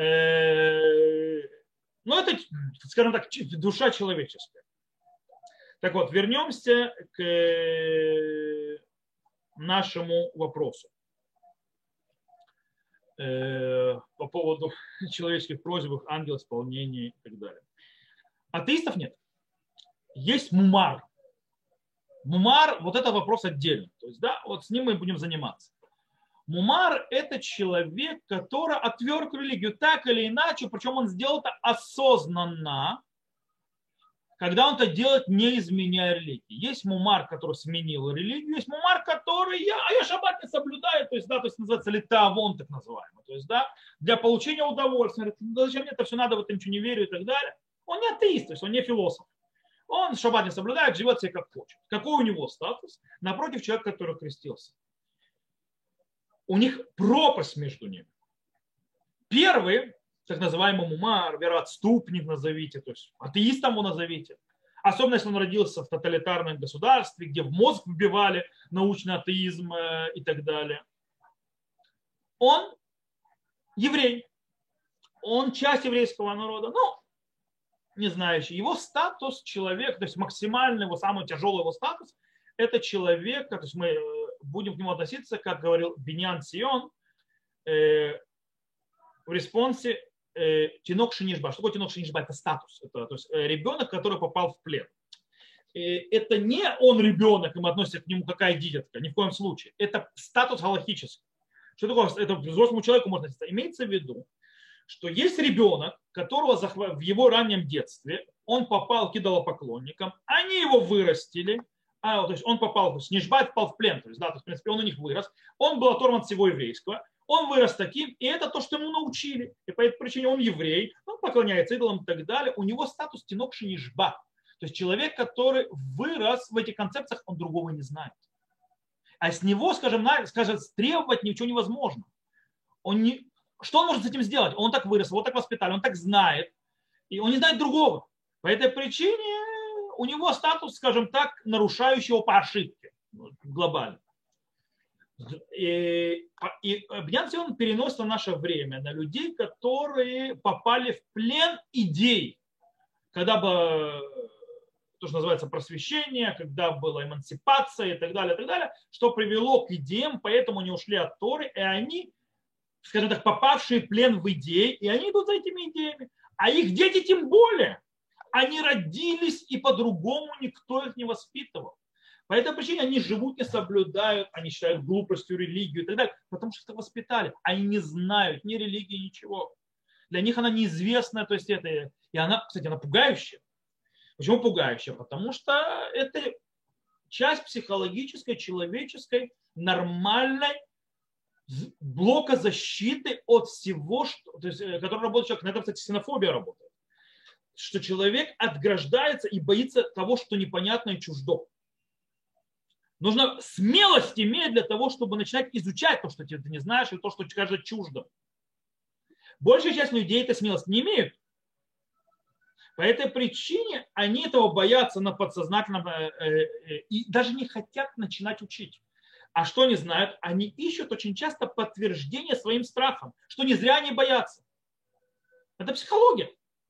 это, скажем так, душа человеческая. Так вот, вернемся к нашему вопросу по поводу человеческих просьб, ангел, исполнения и так далее. Атеистов нет. Есть мумар. Мумар, вот это вопрос отдельно. То есть, да, вот с ним мы будем заниматься. Мумар – это человек, который отверг религию так или иначе, причем он сделал это осознанно, когда он это делает, не изменяя религии. Есть мумар, который сменил религию, есть мумар, который я, а я шаббат не соблюдаю, то есть, да, то есть называется литавон, так называемый. То есть, да, для получения удовольствия. Говорит, ну, зачем мне это все надо, в это ничего не верю и так далее. Он не атеист, то есть он не философ. Он шаббат не соблюдает, живет себе как хочет. Какой у него статус? Напротив человека, который крестился. У них пропасть между ними. Первый, так называемый мумар, вероотступник назовите, то есть атеистом его назовите. Особенно, если он родился в тоталитарном государстве, где в мозг вбивали научный атеизм и так далее. Он еврей. Он часть еврейского народа. Ну, не знающий. Его статус человек, то есть максимальный, его самый тяжелый его статус, это человек, то есть мы будем к нему относиться, как говорил Биньян Сион, э, в респонсе э, тинок шинишба. Что такое тинок шинишба? Это статус. Это, то есть э, ребенок, который попал в плен. Э, это не он ребенок, и мы относимся к нему какая дитятка, ни в коем случае. Это статус галахический. Что такое? Это взрослому человеку можно относиться. Имеется в виду, что есть ребенок, которого в его раннем детстве он попал к идолопоклонникам, они его вырастили, а, то есть он попал, то есть Нишбат попал в плен, то есть, да, то есть, в принципе, он у них вырос, он был оторван от всего еврейского, он вырос таким, и это то, что ему научили. И по этой причине он еврей, он поклоняется идолам и так далее. У него статус тинок шинишба. То есть человек, который вырос в этих концепциях, он другого не знает. А с него, скажем, скажем требовать ничего невозможно. Он не... Что он может с этим сделать? Он так вырос, его так воспитали, он так знает. И он не знает другого. По этой причине у него статус, скажем так, нарушающего по ошибке глобально. И, и Бниян Цион переносит на наше время на людей, которые попали в плен идей, когда бы то, что называется просвещение, когда была эмансипация и так далее, и так далее, что привело к идеям, поэтому они ушли от Торы, и они, скажем так, попавшие в плен в идеи, и они идут за этими идеями. А их дети тем более. Они родились, и по-другому никто их не воспитывал. По этой причине они живут, не соблюдают, они считают глупостью религию и так далее, потому что их воспитали. Они не знают ни религии, ничего. Для них она неизвестная, то есть это, и она, кстати, она пугающая. Почему пугающая? Потому что это часть психологической, человеческой, нормальной блока защиты от всего, что, то есть, который работает человек. На этом, кстати, ксенофобия работает. Что человек отграждается и боится того, что непонятно и чуждо. Нужно смелость иметь для того, чтобы начинать изучать то, что ты не знаешь, и то, что кажется чуждым. Большая часть людей этой смелости не имеют. По этой причине они этого боятся на подсознательном и даже не хотят начинать учить. А что они знают? Они ищут очень часто подтверждение своим страхам, что не зря они боятся. Это психология.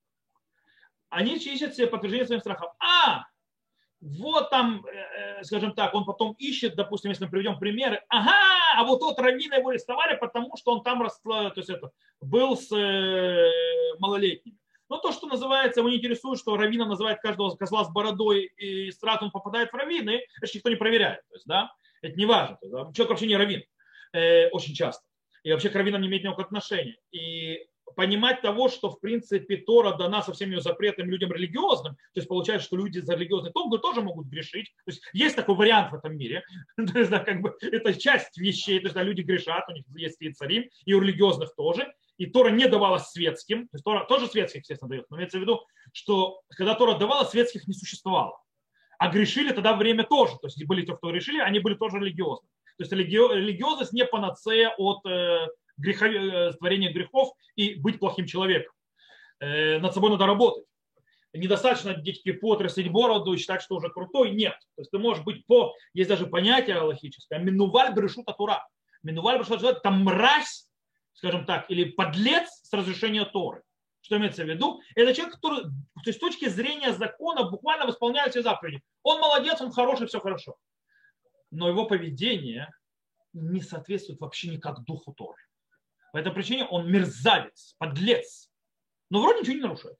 Они ищут себе подтверждение своим страхам. А, вот там, скажем так, он потом ищет, допустим, если мы приведем примеры, ага, а вот тот раввин его арестовали, потому что он там то есть это, был с малолетними. Но то, что называется, его не интересует, что раввина называет каждого козла с бородой, и сразу он попадает в раввины, это никто не проверяет. То есть, да, это не важно. То есть, да, человек вообще не раввин, э, очень часто. И вообще к раввинам не имеет никакого отношения. И понимать того, что в принципе Тора дана со всеми ее запретами людям религиозным, то есть получается, что люди за религиозный Тор тоже могут грешить. То есть есть такой вариант в этом мире. То есть, да, как бы, это часть вещей, то есть да, люди грешат, у них есть и царим, и у религиозных тоже. И Тора не давалась светским, то есть Тора тоже светских, естественно, дает, но имеется в виду, что когда Тора давала, светских не существовало. А грешили тогда время тоже, то есть были те, кто грешили, они были тоже религиозны. То есть религиозность не панацея от греха, творения грехов и быть плохим человеком. Над собой надо работать. Недостаточно деть кипу, отрастить бороду и считать, что уже крутой. Нет. То есть ты можешь быть по... Есть даже понятие аллахическое. Минуваль брешут атура. Минуваль брешут атура. Это мразь, скажем так, или подлец с разрешения Торы. Что имеется в виду? Это человек, который то есть, с точки зрения закона буквально выполняет все заповеди. Он молодец, он хороший, все хорошо. Но его поведение не соответствует вообще никак духу Торы. По этой причине он мерзавец, подлец. Но вроде ничего не нарушает.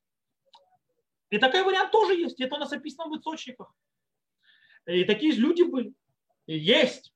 И такой вариант тоже есть. Это у нас описано в источниках. И такие люди были. И есть.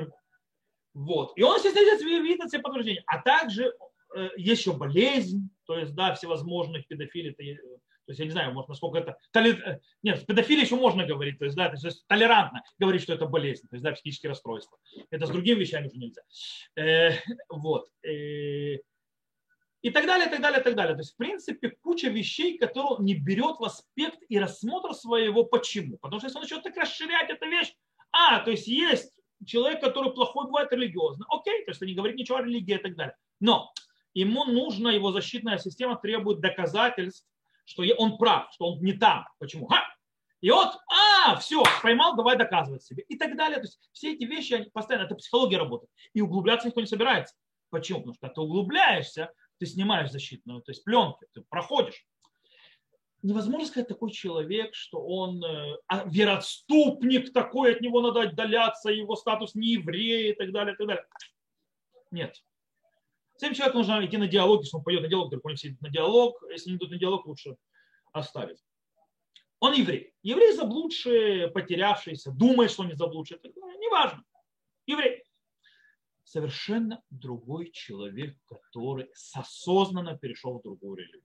Вот. И он, естественно, видит все подтверждения. А также есть еще болезнь, то есть, да, всевозможных педофилий. То есть, я не знаю, может, насколько это... Толер... Нет, педофилия еще можно говорить, то есть, да, то есть, толерантно говорить, что это болезнь, то есть, да, психические расстройства. Это с другими вещами уже нельзя. Э, вот. Э, и так далее, и так далее, и так далее. То есть, в принципе, куча вещей, которые он не берет в аспект и рассмотр своего почему. Потому что если он начнет так расширять эту вещь, а, то есть, есть человек, который плохой бывает религиозно. Окей, то есть, он не говорит ничего о религии и так далее. Но ему нужно, его защитная система требует доказательств, что он прав, что он не там. Почему? Ха! И вот, а, все, поймал, давай доказывать себе. И так далее. То есть все эти вещи, они постоянно, это психология работает. И углубляться никто не собирается. Почему? Потому что когда ты углубляешься, ты снимаешь защитную, то есть пленки, ты проходишь. Невозможно сказать такой человек, что он э, вероотступник такой, от него надо отдаляться, его статус не еврей и так далее, и так далее. Нет. С этим человеком нужно идти на диалог, если он пойдет на диалог, другой не сидит на диалог. Если не идут на диалог, лучше оставить. Он еврей. Еврей заблудший, потерявшийся, думает, что он не заблудший. Неважно. Еврей. Совершенно другой человек, который осознанно перешел в другую религию.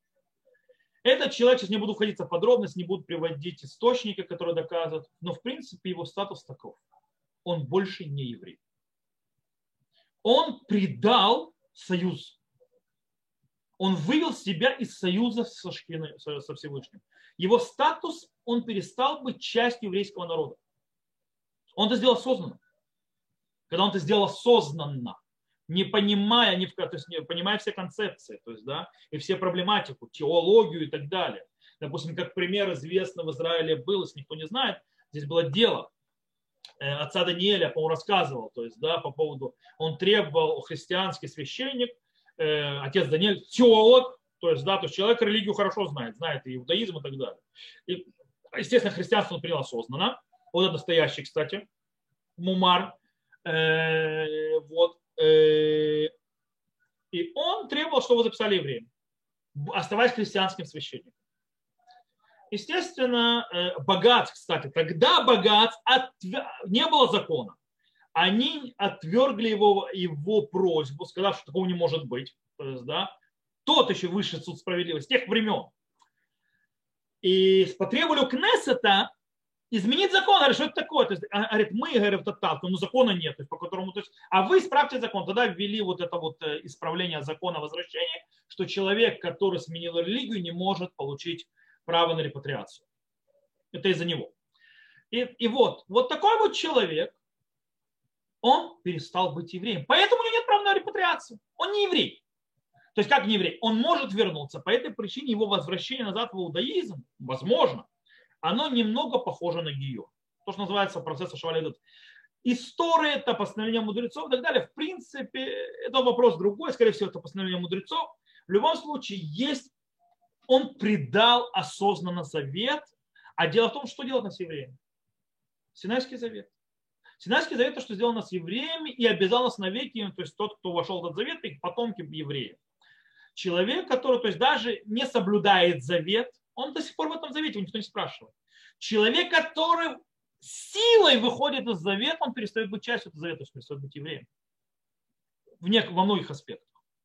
Этот человек, сейчас не буду входить в подробности, не буду приводить источники, которые доказывают, но в принципе его статус таков. Он больше не еврей. Он предал союз. Он вывел себя из союза со, Шхиной, со Всевышним. Его статус, он перестал быть частью еврейского народа. Он это сделал осознанно. Когда он это сделал осознанно, не понимая, не, то есть не понимая все концепции, то есть, да, и все проблематику, теологию и так далее. Допустим, как пример известный в Израиле был, если никто не знает, здесь было дело отца Даниэля, по-моему, рассказывал, то есть, да, по поводу, он требовал, христианский священник, э, отец Даниэль, теолог, то есть, да, то есть человек религию хорошо знает, знает и иудаизм и так далее. И, естественно, христианство он принял осознанно, вот это настоящий, кстати, Мумар, э, вот, э, и он требовал, чтобы записали евреям, оставаясь христианским священником. Естественно, Багац, кстати, тогда Багац отвер... не было закона. Они отвергли его, его просьбу, сказав, что такого не может быть. То есть, да, тот еще высший суд справедливости, тех времен. И потребовали у Кнессета изменить закон. Говорят, что это такое? То есть, говорит, мы, говорят, татарка, но закона нет, то есть, по которому, то есть, а вы исправьте закон. Тогда ввели вот это вот исправление закона возвращения, что человек, который сменил религию, не может получить право на репатриацию. Это из-за него. И, и вот, вот такой вот человек, он перестал быть евреем. Поэтому у него нет права на репатриацию. Он не еврей. То есть как не еврей? Он может вернуться. По этой причине его возвращение назад в иудаизм, возможно, оно немного похоже на гиюр. То, что называется процесс шавалидут. История, это постановление мудрецов и так далее. В принципе, это вопрос другой. Скорее всего, это постановление мудрецов. В любом случае, есть он предал осознанно завет. А дело в том, что делать нас евреями. Синайский завет. Синайский завет, то, что сделал нас евреями и обязал нас навеки, то есть тот, кто вошел в этот завет, и потомки евреев. Человек, который, то есть даже не соблюдает завет, он до сих пор в этом завете, его никто не спрашивает. Человек, который силой выходит из завета, он перестает быть частью этого завета, то есть перестает быть евреем. В не, во многих аспектах.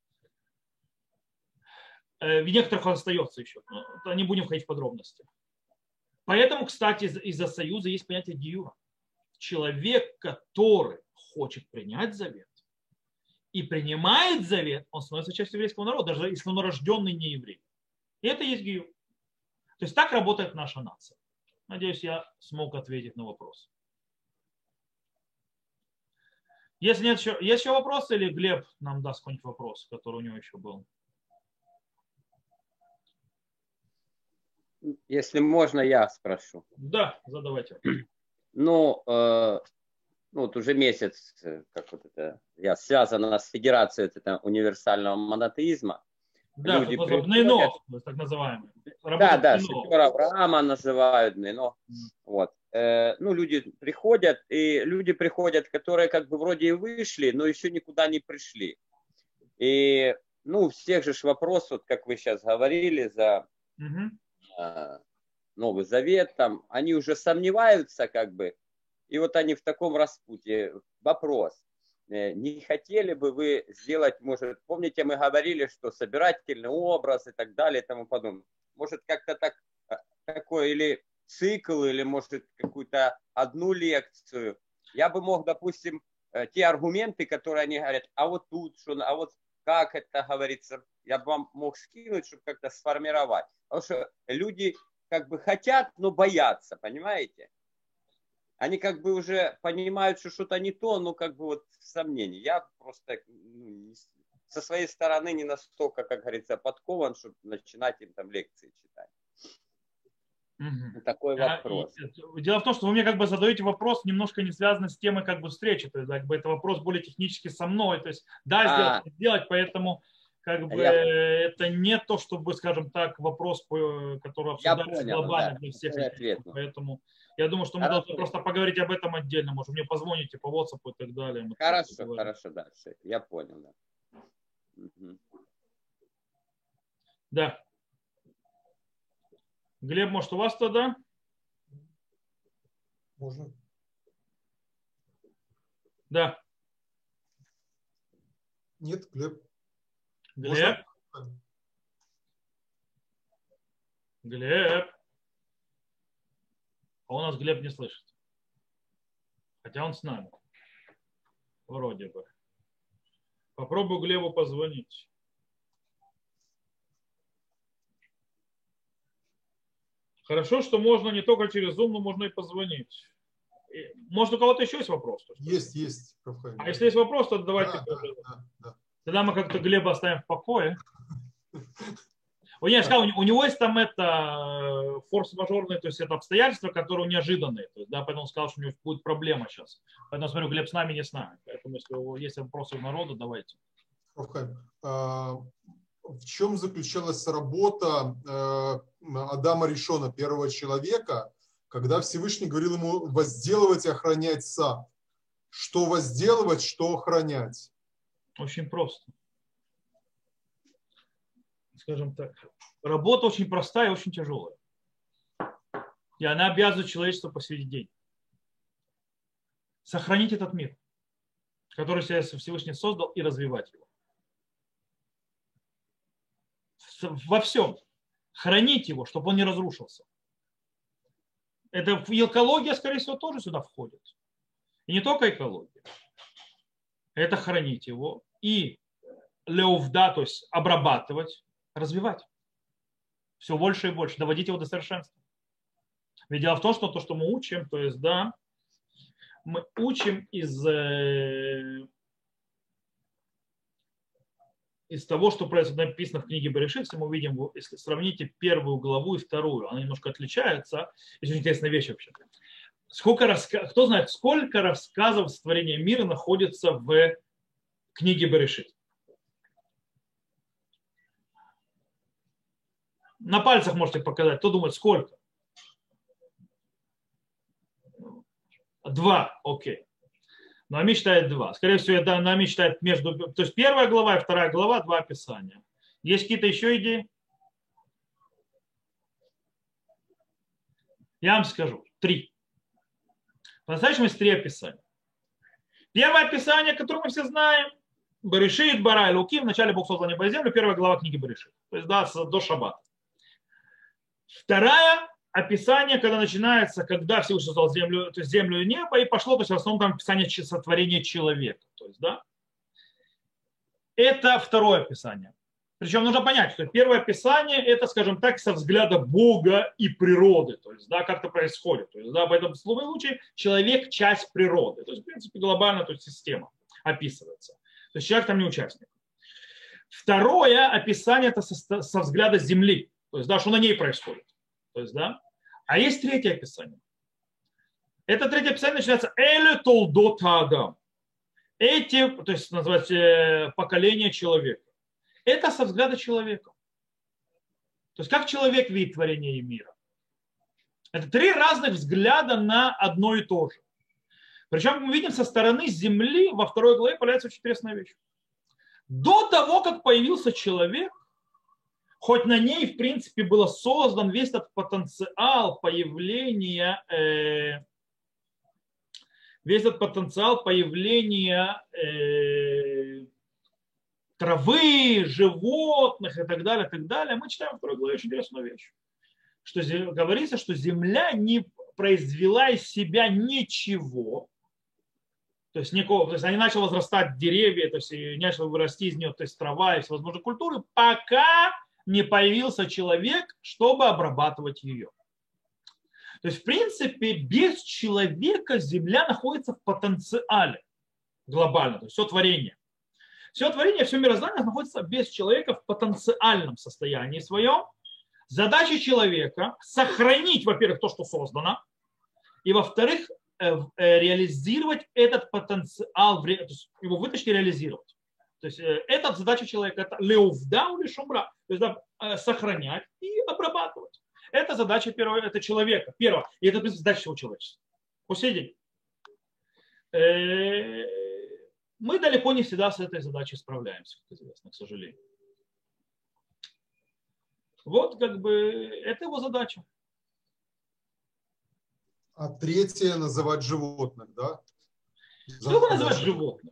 В некоторых он остается еще. Но не будем входить в подробности. Поэтому, кстати, из-за союза есть понятие гиюра. Человек, который хочет принять завет и принимает завет, он становится частью еврейского народа, даже если он рожденный не еврей. И это есть гиюр. То есть так работает наша нация. Надеюсь, я смог ответить на вопрос. Если нет еще, есть еще вопросы, или Глеб нам даст какой-нибудь вопрос, который у него еще был? Если можно, я спрошу. Да, задавайте. Ну, э, ну вот уже месяц, как вот это, я связана с федерацией это, универсального монотеизма. Да, люди приходят, ННО, так называемый. Да, да, шатер Авраама называют ННО. Mm. Вот. Э, ну, люди приходят, и люди приходят, которые как бы вроде и вышли, но еще никуда не пришли. И, ну, у всех же вопрос, вот как вы сейчас говорили, за... Mm-hmm. Новый Завет, там, они уже сомневаются, как бы, и вот они в таком распутье. Вопрос, не хотели бы вы сделать, может, помните, мы говорили, что собирательный образ и так далее и тому подобное. Может, как-то так, такой или цикл, или, может, какую-то одну лекцию. Я бы мог, допустим, те аргументы, которые они говорят, а вот тут, что, а вот как это говорится, я бы вам мог скинуть, чтобы как-то сформировать. Потому что люди как бы хотят, но боятся, понимаете? Они как бы уже понимают, что что-то не то, но как бы вот сомнения. Я просто ну, со своей стороны не настолько, как говорится, подкован, чтобы начинать им там лекции читать. Угу. Такой вопрос. А, дело в том, что вы мне как бы задаете вопрос, немножко не связанный с темой как бы встречи. То есть как бы это вопрос более технически со мной. То есть да, сделать, а. сделать, поэтому как бы я... это не то, чтобы, скажем так, вопрос, который обсуждается глобально да. для всех. Поэтому я думаю, что мы хорошо. Должны просто поговорить об этом отдельно. Может, мне позвоните по WhatsApp и так далее. Хорошо, хорошо, дальше. Я понял, да. Угу. Да. Глеб, может, у вас тогда? Можно. Да. Нет, Глеб. Глеб? Можно? Глеб? А у нас Глеб не слышит. Хотя он с нами. Вроде бы. Попробую Глебу позвонить. Хорошо, что можно не только через Zoom, но можно и позвонить. Может, у кого-то еще есть вопрос? Есть, есть. А если есть вопрос, то давайте. Да, да, да, да. Тогда мы как-то Глеба оставим в покое. У него, сказал, у него есть там это форс-мажорные, то есть это обстоятельства, которые неожиданные. То есть, да, поэтому он сказал, что у него будет проблема сейчас. Поэтому смотрю, Глеб с нами, не с нами. Поэтому, если у вас есть вопросы у народа, давайте. В чем заключалась работа Адама Ришона, первого человека, когда Всевышний говорил ему возделывать и охранять сад? Что возделывать, что охранять? Очень просто. Скажем так, работа очень простая и очень тяжелая. И она обязывает человечество по сей день. Сохранить этот мир, который Всевышний создал, и развивать его. Во всем. Хранить его, чтобы он не разрушился. Это экология, скорее всего, тоже сюда входит. И не только экология. Это хранить его и леувда, то есть обрабатывать, развивать. Все больше и больше, доводить его до совершенства. Ведь дело в том, что то, что мы учим, то есть, да, мы учим из, из того, что написано в книге Берешит, если мы увидим, если сравните первую главу и вторую, она немножко отличается. Это очень интересная вещь вообще. Сколько раска... Кто знает, сколько рассказов сотворения мира находится в книге Берешит? На пальцах можете показать. Кто думает, сколько? Два, окей. Но Ами считает два. Скорее всего, это Ами считает между... То есть первая глава и вторая глава, два описания. Есть какие-то еще идеи? Я вам скажу. Три. По-настоящему есть три описания. Первое описание, которое мы все знаем, Берешит, Бара и Луки, вначале Бог создал небо и землю, первая глава книги Берешит. То есть, да, до Шаббата. Второе описание, когда начинается, когда Всевышний создал землю, то есть землю и небо, и пошло, то есть в основном там описание сотворения человека. То есть, да, это второе описание. Причем нужно понять, что первое описание это, скажем так, со взгляда Бога и природы, то есть, да, как это происходит. То есть, да, в этом случае человек часть природы. То есть, в принципе, глобально, то есть система описывается. То есть человек там не участник. Второе описание это со, со взгляда Земли. То есть, да, что на ней происходит. То есть, да. А есть третье описание. Это третье описание начинается Эле толдот Адам. Эти, то есть, называется поколение человека. Это со взгляда человека. То есть, как человек видит творение мира. Это три разных взгляда на одно и то же. Причем мы видим со стороны Земли во второй главе появляется очень интересная вещь. До того, как появился человек, хоть на ней, в принципе, был создан весь этот потенциал появления, э, весь этот потенциал появления э, травы, животных и так далее, и так далее, мы читаем во второй главе очень интересную вещь. Что говорится, что земля не произвела из себя ничего. То есть, никакого, то есть они начали возрастать деревья, то есть начали вырасти из нее, то есть трава и всевозможные культуры, пока не появился человек, чтобы обрабатывать ее. То есть, в принципе, без человека Земля находится в потенциале глобально, то есть все творение. Все творение, все мироздание находится без человека в потенциальном состоянии своем. Задача человека сохранить, во-первых, то, что создано, и, во-вторых, реализировать этот потенциал, то есть его вытащить и реализировать. То есть это задача человека, это леувда или шумра, то есть да, сохранять и обрабатывать. Это задача первого, это человека, первого, и это задача всего человечества. По сей день. Мы далеко не всегда с этой задачей справляемся, как известно, к сожалению. Вот как бы это его задача. А третье называть животных, да? Что такое называть животных?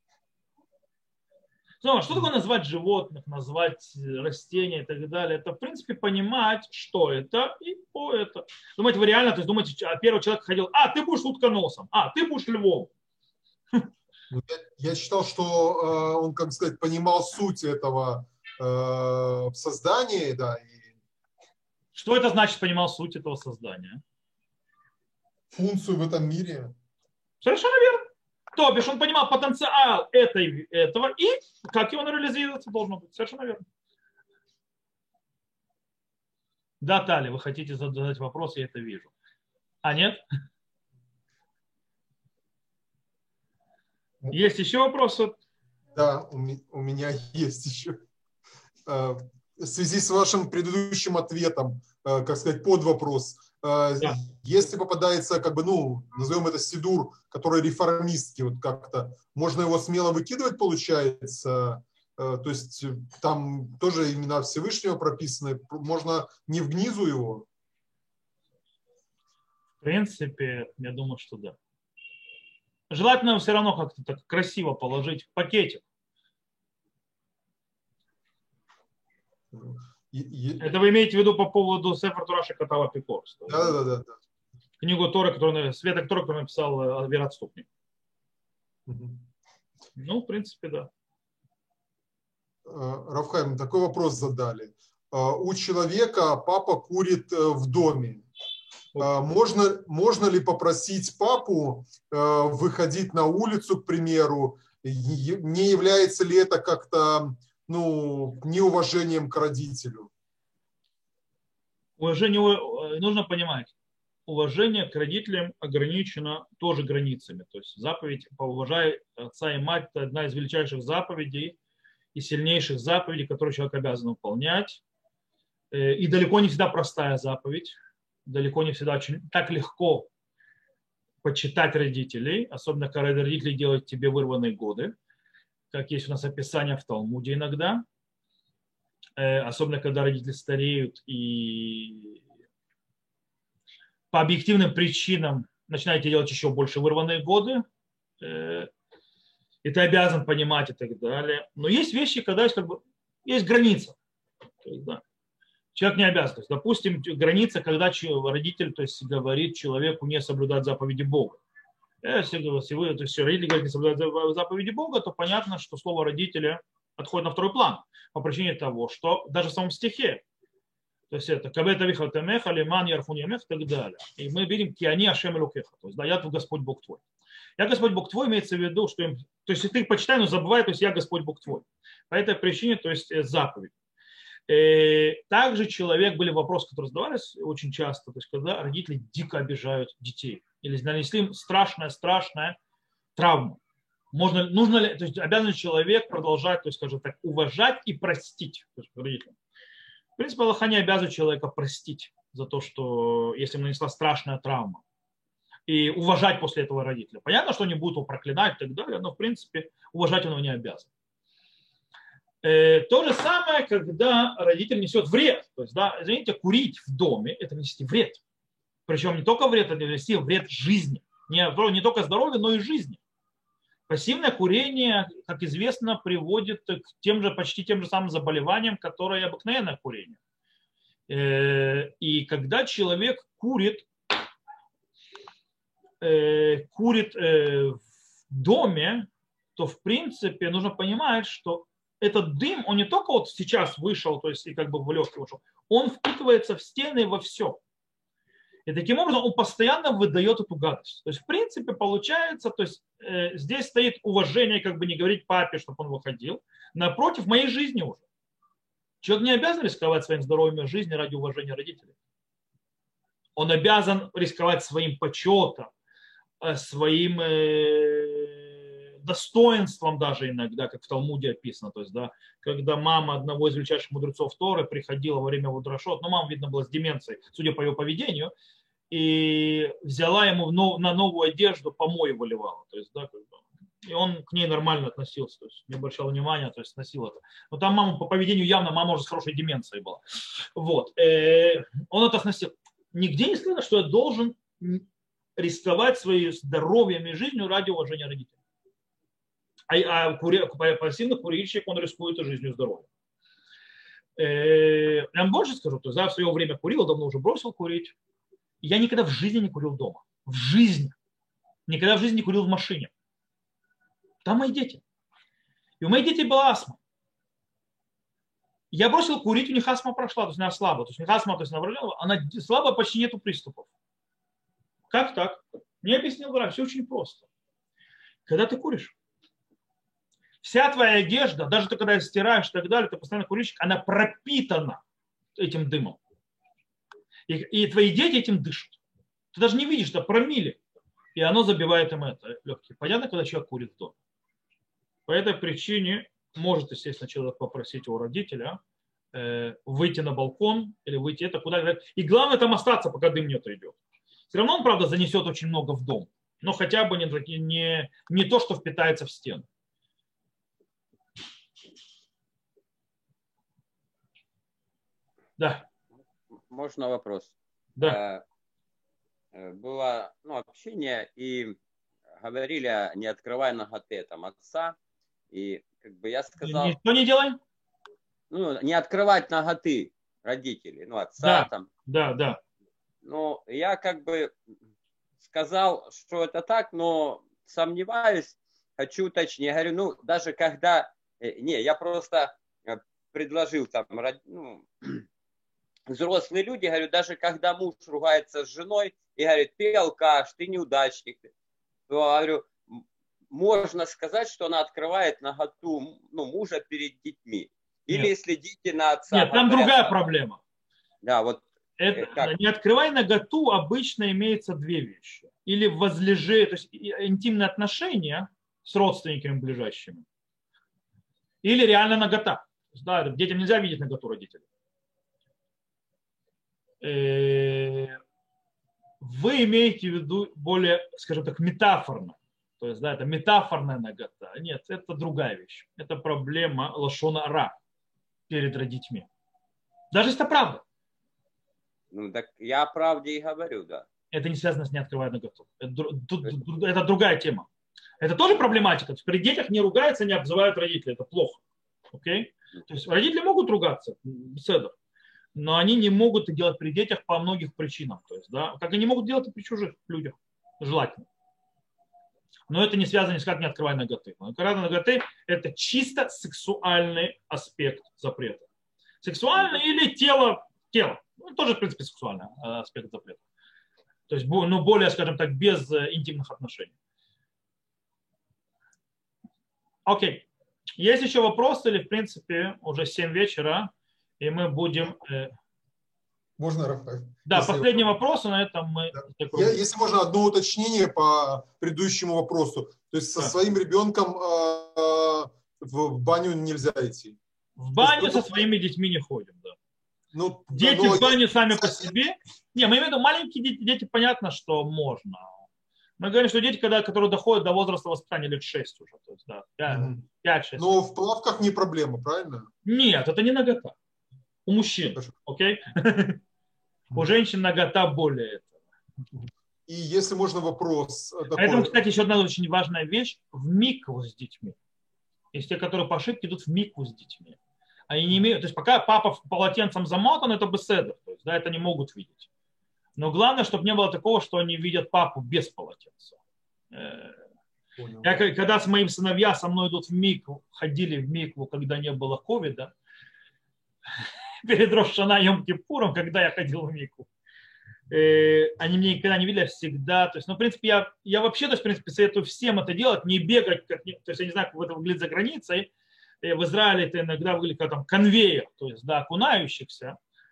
Ну, что такое назвать животных, назвать растения и так далее? Это, в принципе, понимать, что это и по это. Думаете, вы реально, то есть думаете, первый человек ходил, а, ты будешь утконосом, а, ты будешь львом. Я, я считал, что э, он, как сказать, понимал суть этого э, в создании, да. И... Что это значит, понимал суть этого создания? функцию в этом мире. Совершенно верно. То бишь он понимал потенциал этой, этого и как его реализоваться должно быть. Совершенно верно. Да, Таля, вы хотите задать вопрос, я это вижу. А нет? Есть еще вопросы? Да, у меня есть еще. В связи с вашим предыдущим ответом, как сказать, под вопрос. Да. Если попадается, как бы, ну, назовем это сидур, который реформистский, вот как-то, можно его смело выкидывать, получается? То есть там тоже имена Всевышнего прописаны, можно не в гнизу его? В принципе, я думаю, что да. Желательно все равно как-то так красиво положить в пакетик. И, и... Это вы имеете в виду по поводу Сефер Тора Шекатав Апикорс? Да, да, да, да. Книгу Торы, которую, света Торы, которую написал Вероотступник. Угу. Ну, в принципе, да. Рав Хаим, такой вопрос задали. У человека папа курит в доме. Можно, можно ли попросить папу выходить на улицу, к примеру? Не является ли это как-то, ну, неуважением к родителю? Уважение, нужно понимать, уважение к родителям ограничено тоже границами. То есть заповедь «Поуважай отца и мать» – это одна из величайших заповедей и сильнейших заповедей, которые человек обязан выполнять. И далеко не всегда простая заповедь, далеко не всегда очень так легко почитать родителей, особенно когда родители делают тебе вырванные годы, как есть у нас описание в Талмуде иногда, особенно когда родители стареют и по объективным причинам начинаете делать еще больше вырванные годы, и ты обязан понимать и так далее. Но есть вещи, когда есть, как бы, есть граница. То есть, да, человек не обязан. То есть, допустим, граница, когда родитель, то есть, говорит человеку не соблюдать заповеди Бога. Если, если вы, то есть, родители говорят не соблюдать заповеди Бога, то понятно, что слово родителя отходит на второй план по причине того, что даже в самом стихе, то есть это «Кабета вихатемеха, лиман ярфун ямех» и так далее. И мы видим «Киани ашем элукеха», то есть да, я Господь Бог твой. Я Господь Бог твой имеется в виду, что им, то есть ты почитай, но забывай, то есть я Господь Бог твой. По этой причине, то есть заповедь. И также человек, были вопросы, которые задавались очень часто, то есть когда родители дико обижают детей или нанесли им страшная-страшная травма. Можно, нужно ли, то есть обязан человек продолжать, то есть, скажем так, уважать и простить родителям. В принципе, Аллаха не обязывает человека простить за то, что если ему нанесла страшная травма. И уважать после этого родителя. Понятно, что они будут его проклинать и так далее, но в принципе уважать он его не обязан. Э, то же самое, когда родитель несет вред. То есть, да, извините, курить в доме – это нести вред. Причем не только вред, это нести вред жизни. Не, не только здоровью, но и жизни. Пассивное курение, как известно, приводит к тем же, почти тем же самым заболеваниям, которые обыкновенное курение. Э, и когда человек курит, курит в доме, то в принципе нужно понимать, что этот дым, он не только вот сейчас вышел, то есть и как бы в легкие вышел, он впитывается в стены и во все. И таким образом он постоянно выдает эту гадость. То есть в принципе получается, то есть э, здесь стоит уважение, как бы не говорить папе, чтобы он выходил, напротив моей жизни уже. Человек не обязан рисковать своим здоровьем и жизнью ради уважения родителей. Он обязан рисковать своим почетом, своим э, достоинством даже иногда, как в Талмуде описано. То есть, да, когда мама одного из величайших мудрецов Торы приходила во время Вудрашот, но мама, видно, была с деменцией, судя по ее поведению, и взяла ему на новую одежду, помой выливала. То есть, да, как бы, и он к ней нормально относился, то есть не обращал внимания, то есть носил это. Но там мама по поведению явно, мама уже с хорошей деменцией была. Вот. Он это сносил. Нигде не сказано, что я должен рисковать своим здоровьем и жизнью ради уважения родителей. А, а кури, пассивный курильщик, он рискует и жизнью и здоровьем. Э, я вам больше скажу, то есть, я в свое время курил, давно уже бросил курить. Я никогда в жизни не курил дома. В жизни. Никогда в жизни не курил в машине. Там мои дети. И у моих детей была астма. Я бросил курить, у них астма прошла, то есть она слабая. То есть у них астма, то есть она, она слабая, почти нету приступов. Как так? Мне объяснил Рав, все очень просто. Когда ты куришь, вся твоя одежда, даже ты когда стираешь и так далее, ты постоянно курильщик, она пропитана этим дымом. И, и твои дети этим дышат. Ты даже не видишь, что промилле. И оно забивает им это легкие. Понятно, когда человек курит в доме. По этой причине может, естественно, человек попросить у родителя э, выйти на балкон или выйти это куда. И главное там остаться, пока дым не отойдет. Все равно он, правда, занесет очень много в дом. Но хотя бы не, не, не то, что впитается в стену. Да. Можно вопрос? Да. Было ну, общение, и говорили, не открывай наготы там отца. И как бы я сказал... Что не делай? Ну, не открывать наготы родителей, ну, отца да, там. Да, да. Ну, я как бы сказал, что это так, но сомневаюсь, хочу уточнить. Я говорю, ну, даже когда... Не, я просто предложил там... Ну, взрослые люди, говорю, даже когда муж ругается с женой и говорит, ты алкаш, ты неудачник, то, говорю, можно сказать, что она открывает наготу ну, мужа перед детьми. Или Нет. если дети на отца... Нет, там говорят, другая проблема. Да, вот... Это, не открывай наготу, обычно имеется две вещи. Или возлежи, то есть интимные отношения с родственниками ближайшими. Или реально нагота. Да, детям нельзя видеть наготу родителей. Вы имеете в виду более, скажем так, метафорно. То есть, да, это метафорная нагота. Нет, это другая вещь. Это проблема лашона ра перед родителями. Даже если это правда. Ну, так я о правде и говорю, да. Это не связано с не открывая наготу. Это, это другая тема. Это тоже проблематика. При детях не ругаются, не обзывают родителей. Это плохо. Окей? То есть родители могут ругаться, беседа. Но они не могут это делать при детях по многих причинам. То есть, да, как они могут делать и при чужих людях. Желательно. Но это не связано ни с как не открывая наготы. Открывая наготы – это чисто сексуальный аспект запрета. Сексуальный или тело, тело. Ну, тоже, в принципе, сексуальный аспект запрета. То есть, ну, более, скажем так, без интимных отношений. Окей. Есть еще вопросы или, в принципе, уже семь вечера, и мы будем... Можно, Рафаэль? Да, если... последний вопрос, и на этом мы... Да. Я, если можно, одно уточнение по предыдущему вопросу. То есть со да. своим ребенком э, в баню нельзя идти? В баню есть, со своими детьми не ходим, да. Ну, дети но... в баню сами по себе. Не, мы имеем в виду маленькие дети, дети, понятно, что можно. Мы говорим, что дети, когда, которые доходят до возраста воспитания лет шесть уже. То есть, да, пять-шесть. Но в плавках не проблема, правильно? Нет, это не нагота. У мужчин. Окей? Okay? У женщин нагота более этого. И если можно вопрос... Такой... Поэтому, кстати, еще одна очень важная вещь. В микву с детьми. Есть те, которые по ошибке идут в микву с детьми. Они не имеют... То есть пока папа полотенцем замотан, это беседа. То есть, да, это не могут видеть. Но главное, чтобы не было такого, что они видят папу без полотенца. Понял. Я, когда с моим сыновья со мной идут в микву, ходили в микву, когда не было ковида, перед Рош ха-Шана Йом-Кипуром, когда я ходил в микву, они меня никогда не видели, всегда. То есть, ну, в принципе, я, я вообще, то есть, в принципе, советую всем это делать, не бегать, как, то есть, я не знаю, как это выглядит за границей. В Израиле это иногда выглядит как там конвейер, то есть, да, окунающихся.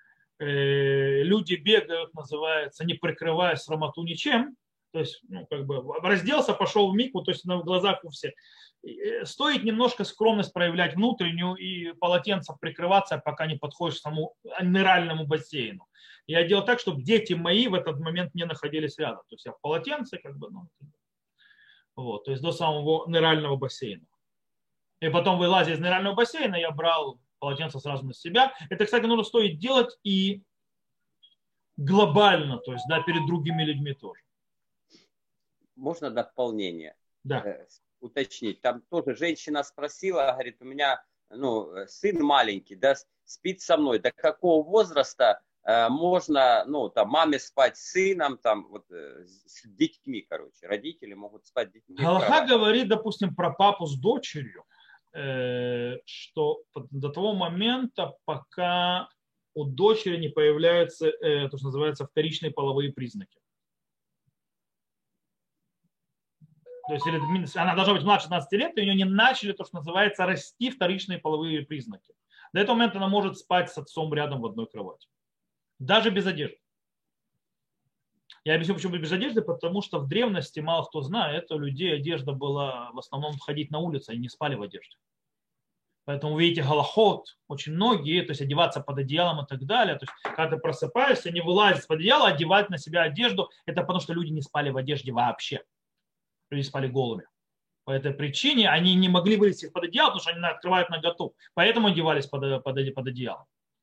Люди бегают, называется, не прикрывая срамоту ничем. То есть, ну, как бы разделся, пошел в микву, то есть на глазах у всех. Стоит немножко скромность проявлять внутреннюю и полотенцем прикрываться, пока не подходишь к самому ныральному бассейну. Я делал так, чтобы дети мои в этот момент не находились рядом. То есть я в полотенце, как бы, ну, вот, то есть до самого нырального бассейна. И потом, вылазя из нырального бассейна, я брал полотенце сразу на себя. Это, кстати, нужно стоит делать и глобально, то есть, да, перед другими людьми тоже. Можно дополнение? Да. Э, уточнить. Там тоже женщина спросила, говорит, у меня ну, сын маленький, да, спит со мной. До какого возраста э, можно, ну, там, маме спать с сыном, там, вот, э, с детьми, короче. Родители могут спать с детьми. Галаха говорит, допустим, про папу с дочерью, э, что до того момента, пока у дочери не появляются, э, то, что называется, вторичные половые признаки. То есть она должна быть младше двенадцати лет, и у нее не начали то, что называется, расти вторичные половые признаки. До этого момента она может спать с отцом рядом в одной кровати. Даже без одежды. Я объясню, почему без одежды, потому что в древности, мало кто знает, у людей одежда была в основном ходить на улице, они не спали в одежде. Поэтому вы видите галахот, очень многие, то есть одеваться под одеялом и так далее. То есть, когда ты просыпаешься, не вылазить под одеяло, одевать на себя одежду, это потому что люди не спали в одежде вообще. Люди спали голыми. По этой причине они не могли вылезти под одеяло, потому что они открывают наготу. Поэтому одевались под, под, под одеялом.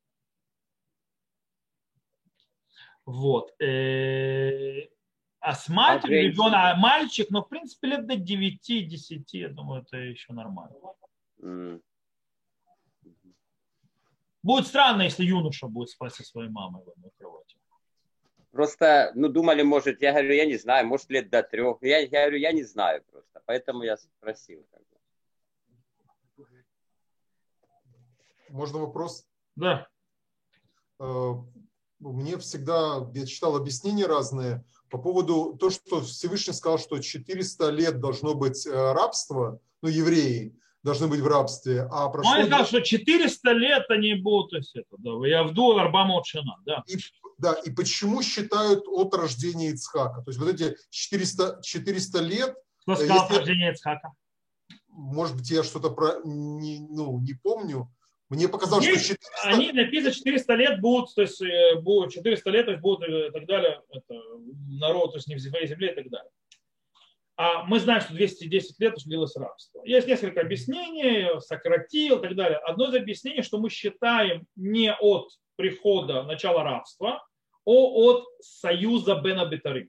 Вот. А с матерью ребенок, мальчик, ну, в принципе, лет до девяти-десяти, я думаю, это еще нормально. Mm. Будет странно, если юноша будет спать со своей мамой в одной кровати. Просто, ну, думали, может, я говорю, я не знаю, может, лет до трех. Я, я говорю, я не знаю просто, поэтому я спросил. Можно вопрос? Да. Мне всегда, я читал объяснения разные по поводу того, что Всевышний сказал, что четыреста лет должно быть рабство, ну, евреи должны быть в рабстве, а прошло... Он сказал, что четыреста лет они будут, то есть это, да, я вду арбама от шина, да. И, да, и почему считают от рождения Ицхака? То есть вот эти четыреста, четыреста лет... Кто сказал от рождения Ицхака? Может быть, я что-то про, не, ну, не помню. Мне показалось, Здесь что четыреста... Они написано четыреста лет будут, то есть будут четыреста лет, то есть будут и так далее, это, народ, то есть не в своей земле и так далее. А мы знаем, что двести десять лет длилось рабство. Есть несколько объяснений, сократил и так далее. Одно из объяснений, что мы считаем не от прихода начала рабства, а от союза Бен Бетарим.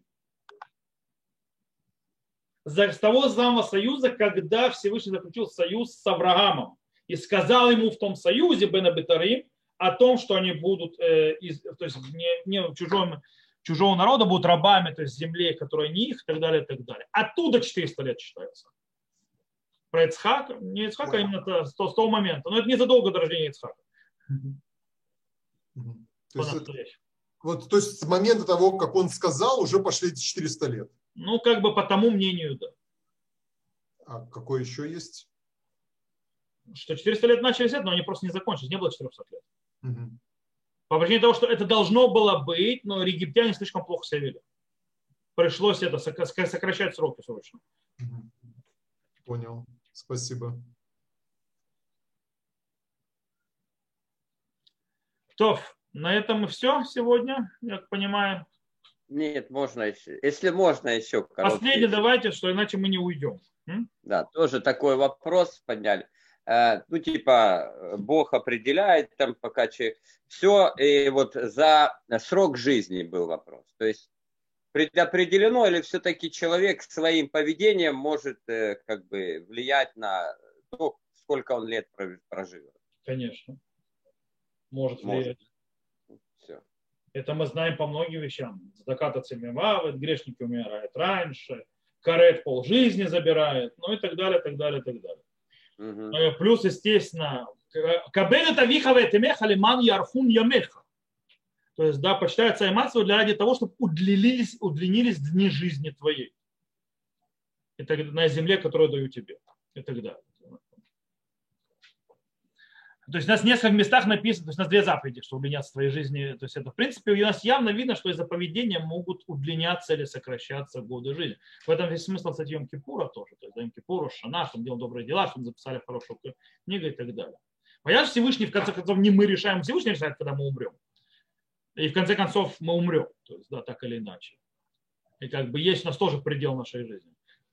С того самого союза, когда Всевышний заключил союз с Авраамом и сказал ему в том союзе Бен Бетарим о том, что они будут, э, из, то есть не, не чужим, чужого народа будут рабами, то есть земле, которая не их, и так далее, и так далее. Оттуда четыреста лет считается. Про Ицхака, не Ицхака, а именно с того момента. Но это незадолго до рождения Ицхака. То есть, это, вот, то есть с момента того, как он сказал, уже пошли эти четыреста лет. Ну, как бы по тому мнению, да. А какой еще есть? Что четыреста лет начались это, но они просто не закончились. Не было четырехсот лет. Угу. По причине того, что это должно было быть, но египтяне слишком плохо себя вели. Пришлось это сокращать сроки срочно. Угу. Понял. Спасибо. То, на этом и все сегодня, я понимаю. Нет, можно еще. Если можно еще. Последний давайте, что иначе мы не уйдем. М? Да, тоже такой вопрос подняли. Ну, типа, Бог определяет там, пока человек... Все, и вот за срок жизни был вопрос. То есть предопределено или все-таки человек своим поведением может как бы влиять на то, сколько он лет проживет? Конечно. Может влиять. Может. Все. Это мы знаем по многим вещам. Заката цемевавит, грешники умирают раньше, карет полжизни забирает, ну и так далее, так далее, так далее. Угу. Плюс, естественно, кабель это вихаве темеха лиман ярхун ямеха. То есть, да, почитается эмацию для ради того, чтобы удлинились, удлинились дни жизни твоей. И так, на земле, которую даю тебе. И так далее. То есть у нас в нескольких местах написано, то есть у нас две заповеди, что удлиняться твоей жизни. То есть это, в принципе, у нас явно видно, что из-за поведения могут удлиняться или сокращаться годы жизни. В этом есть смысл, кстати, Йом-Кипура тоже. То есть Йом-Кипура, Шана, что мы делаем добрые дела, что мы записали хорошую книгу и так далее. Понятно, Всевышний, в конце концов, не мы решаем, Всевышний решает, когда мы умрем. И в конце концов мы умрем. То есть, да, так или иначе. И как бы есть у нас тоже предел нашей жизни.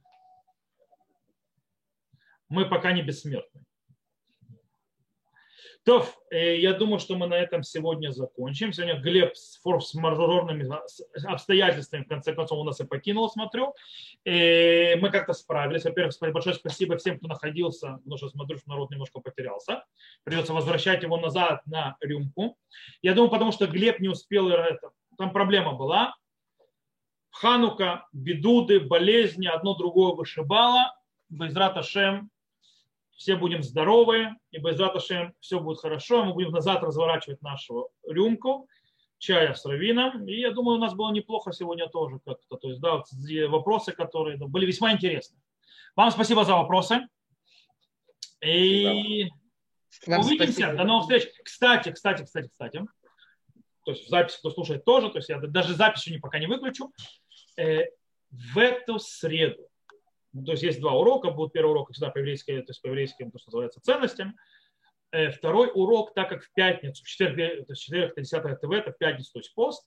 Мы пока не бессмертны. То, я думаю, что мы на этом сегодня закончим. Сегодня Глеб с форс-мажорными обстоятельствами, в конце концов, у нас и покинул, смотрю. И мы как-то справились. Во-первых, большое спасибо всем, кто находился, потому что смотрю, что народ немножко потерялся. Придется возвращать его назад на рюмку. Я думаю, потому что Глеб не успел, это, там проблема была. Ханука, бедуды, болезни, одно другое вышибало. Безрат Ашем. Все будем здоровы, и Безрат Ашем все будет хорошо. Мы будем назад разворачивать нашу рюмку чая с раввином. И я думаю, у нас было неплохо сегодня тоже как-то. То есть, да, вопросы, которые были весьма интересны. Вам спасибо за вопросы. И Вам увидимся. спасибо. До новых встреч. Кстати, кстати, кстати, кстати. То есть в записи, кто слушает, тоже. То есть я даже запись не, пока не выключу. Э, в эту среду. Ну, то есть есть два урока. Будет первый урок всегда по еврейским, то есть по еврейским, то, что называется, ценностям. Э, второй урок, так как в пятницу, в четверг, то есть четырех, десятого ТВ, это в пятницу, то есть пост.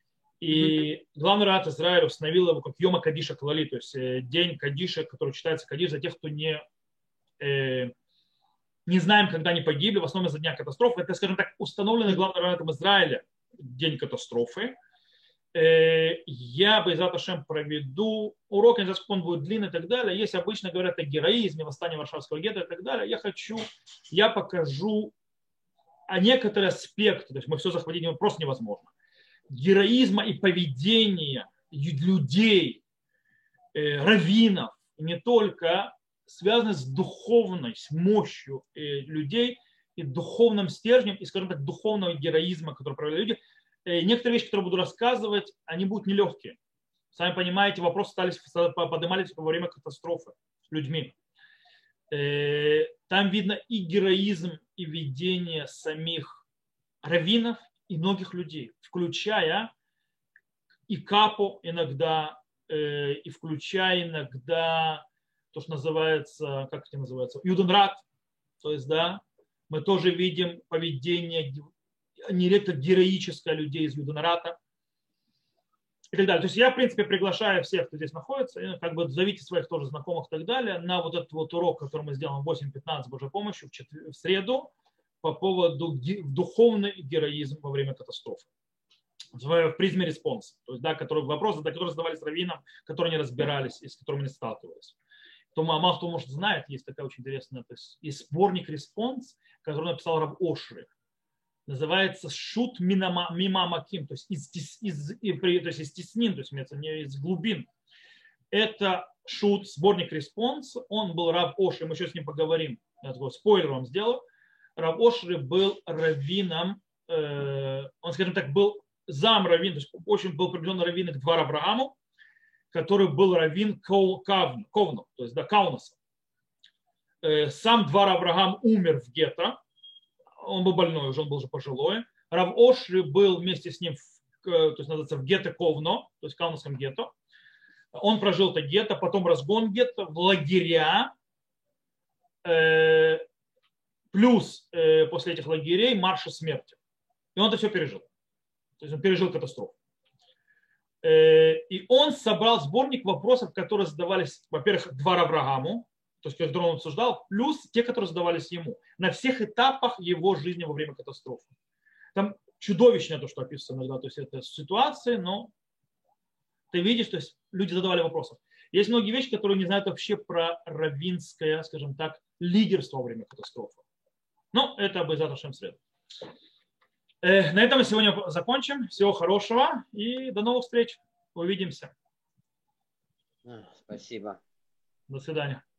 И mm-hmm. главный рад Израиля установил его как Йома Кадиша Клали, то есть э, день Кадиша, который читается Кадиш за тех, кто не, э, не знаем, когда они погибли, в основном из-за дня катастрофы. Это, скажем так, установленный главным радом Израиля день катастрофы. Э, я бы из Аташем проведу урок, не знаю, сколько он будет длинный и так далее. Если обычно говорят о героизме, восстании Варшавского гетто и так далее, я хочу, я покажу о некоторые аспекты, то есть мы все захватить просто невозможно. Героизма и поведения людей, э, раввинов, не только связаны с духовной с мощью э, людей и духовным стержнем, и, скажем так, духовного героизма, который проявляют люди. Э, некоторые вещи, которые буду рассказывать, они будут нелегкие. Сами понимаете, вопросы стали, поднимались во время катастрофы людьми. Э, там видно и героизм, и видение самих раввинов, и многих людей, включая и капо иногда, э, и включая иногда то, что называется, как это называется, юденрат, то есть, да, мы тоже видим поведение нередко героическое людей из юденрата и так далее. То есть я, в принципе, приглашаю всех, кто здесь находится, и как бы зовите своих тоже знакомых и так далее, на вот этот вот урок, который мы сделаем в восемь пятнадцать Божьей помощью в, четвер... в среду, по поводу духовный героизм во время катастрофы в призме респонса, то есть, да, которые, вопросы, да, которые задавались раввинам, которые не разбирались и с которыми не сталкивались. То мало кто, может, знает, есть такая очень интересная, то есть, и сборник респонс, который написал Рав Ошри, называется «Шут мима маким», то есть из, из, из, то есть из теснин, то есть не из глубин. Это шут, сборник респонс, он был Рав Ошри, мы еще с ним поговорим, я такой спойлер вам сделаю. Рав Ошри был раввином, э, он, скажем так, был зам раввин, то есть очень был приближен раввин к Двар Аврааму, который был раввин Ковну, Ковну, то есть да, Каунаса. Э, сам Двар Авраам умер в гетто, он был больной, уже он был уже пожилой. Рав Ошри был вместе с ним, в, то есть называется в гетто Ковно, то есть Каунасском гетто. Он прожил это гетто, потом разгон гетто, в лагеря, э, плюс э, после этих лагерей марши смерти. И он это все пережил. То есть он пережил катастрофу. Э, и он собрал сборник вопросов, которые задавались, во-первых, Двар Аврааму, то есть которые он обсуждал, плюс те, которые задавались ему на всех этапах его жизни во время катастрофы. Там чудовищное то, что описано иногда, то есть это ситуации, но ты видишь, то есть люди задавали вопросы. Есть многие вещи, которые не знают вообще про раввинское, скажем так, лидерство во время катастрофы. Ну, это Бейзат Ашем среду. Э, на этом мы сегодня закончим. Всего хорошего и до новых встреч. Увидимся. Спасибо. До свидания.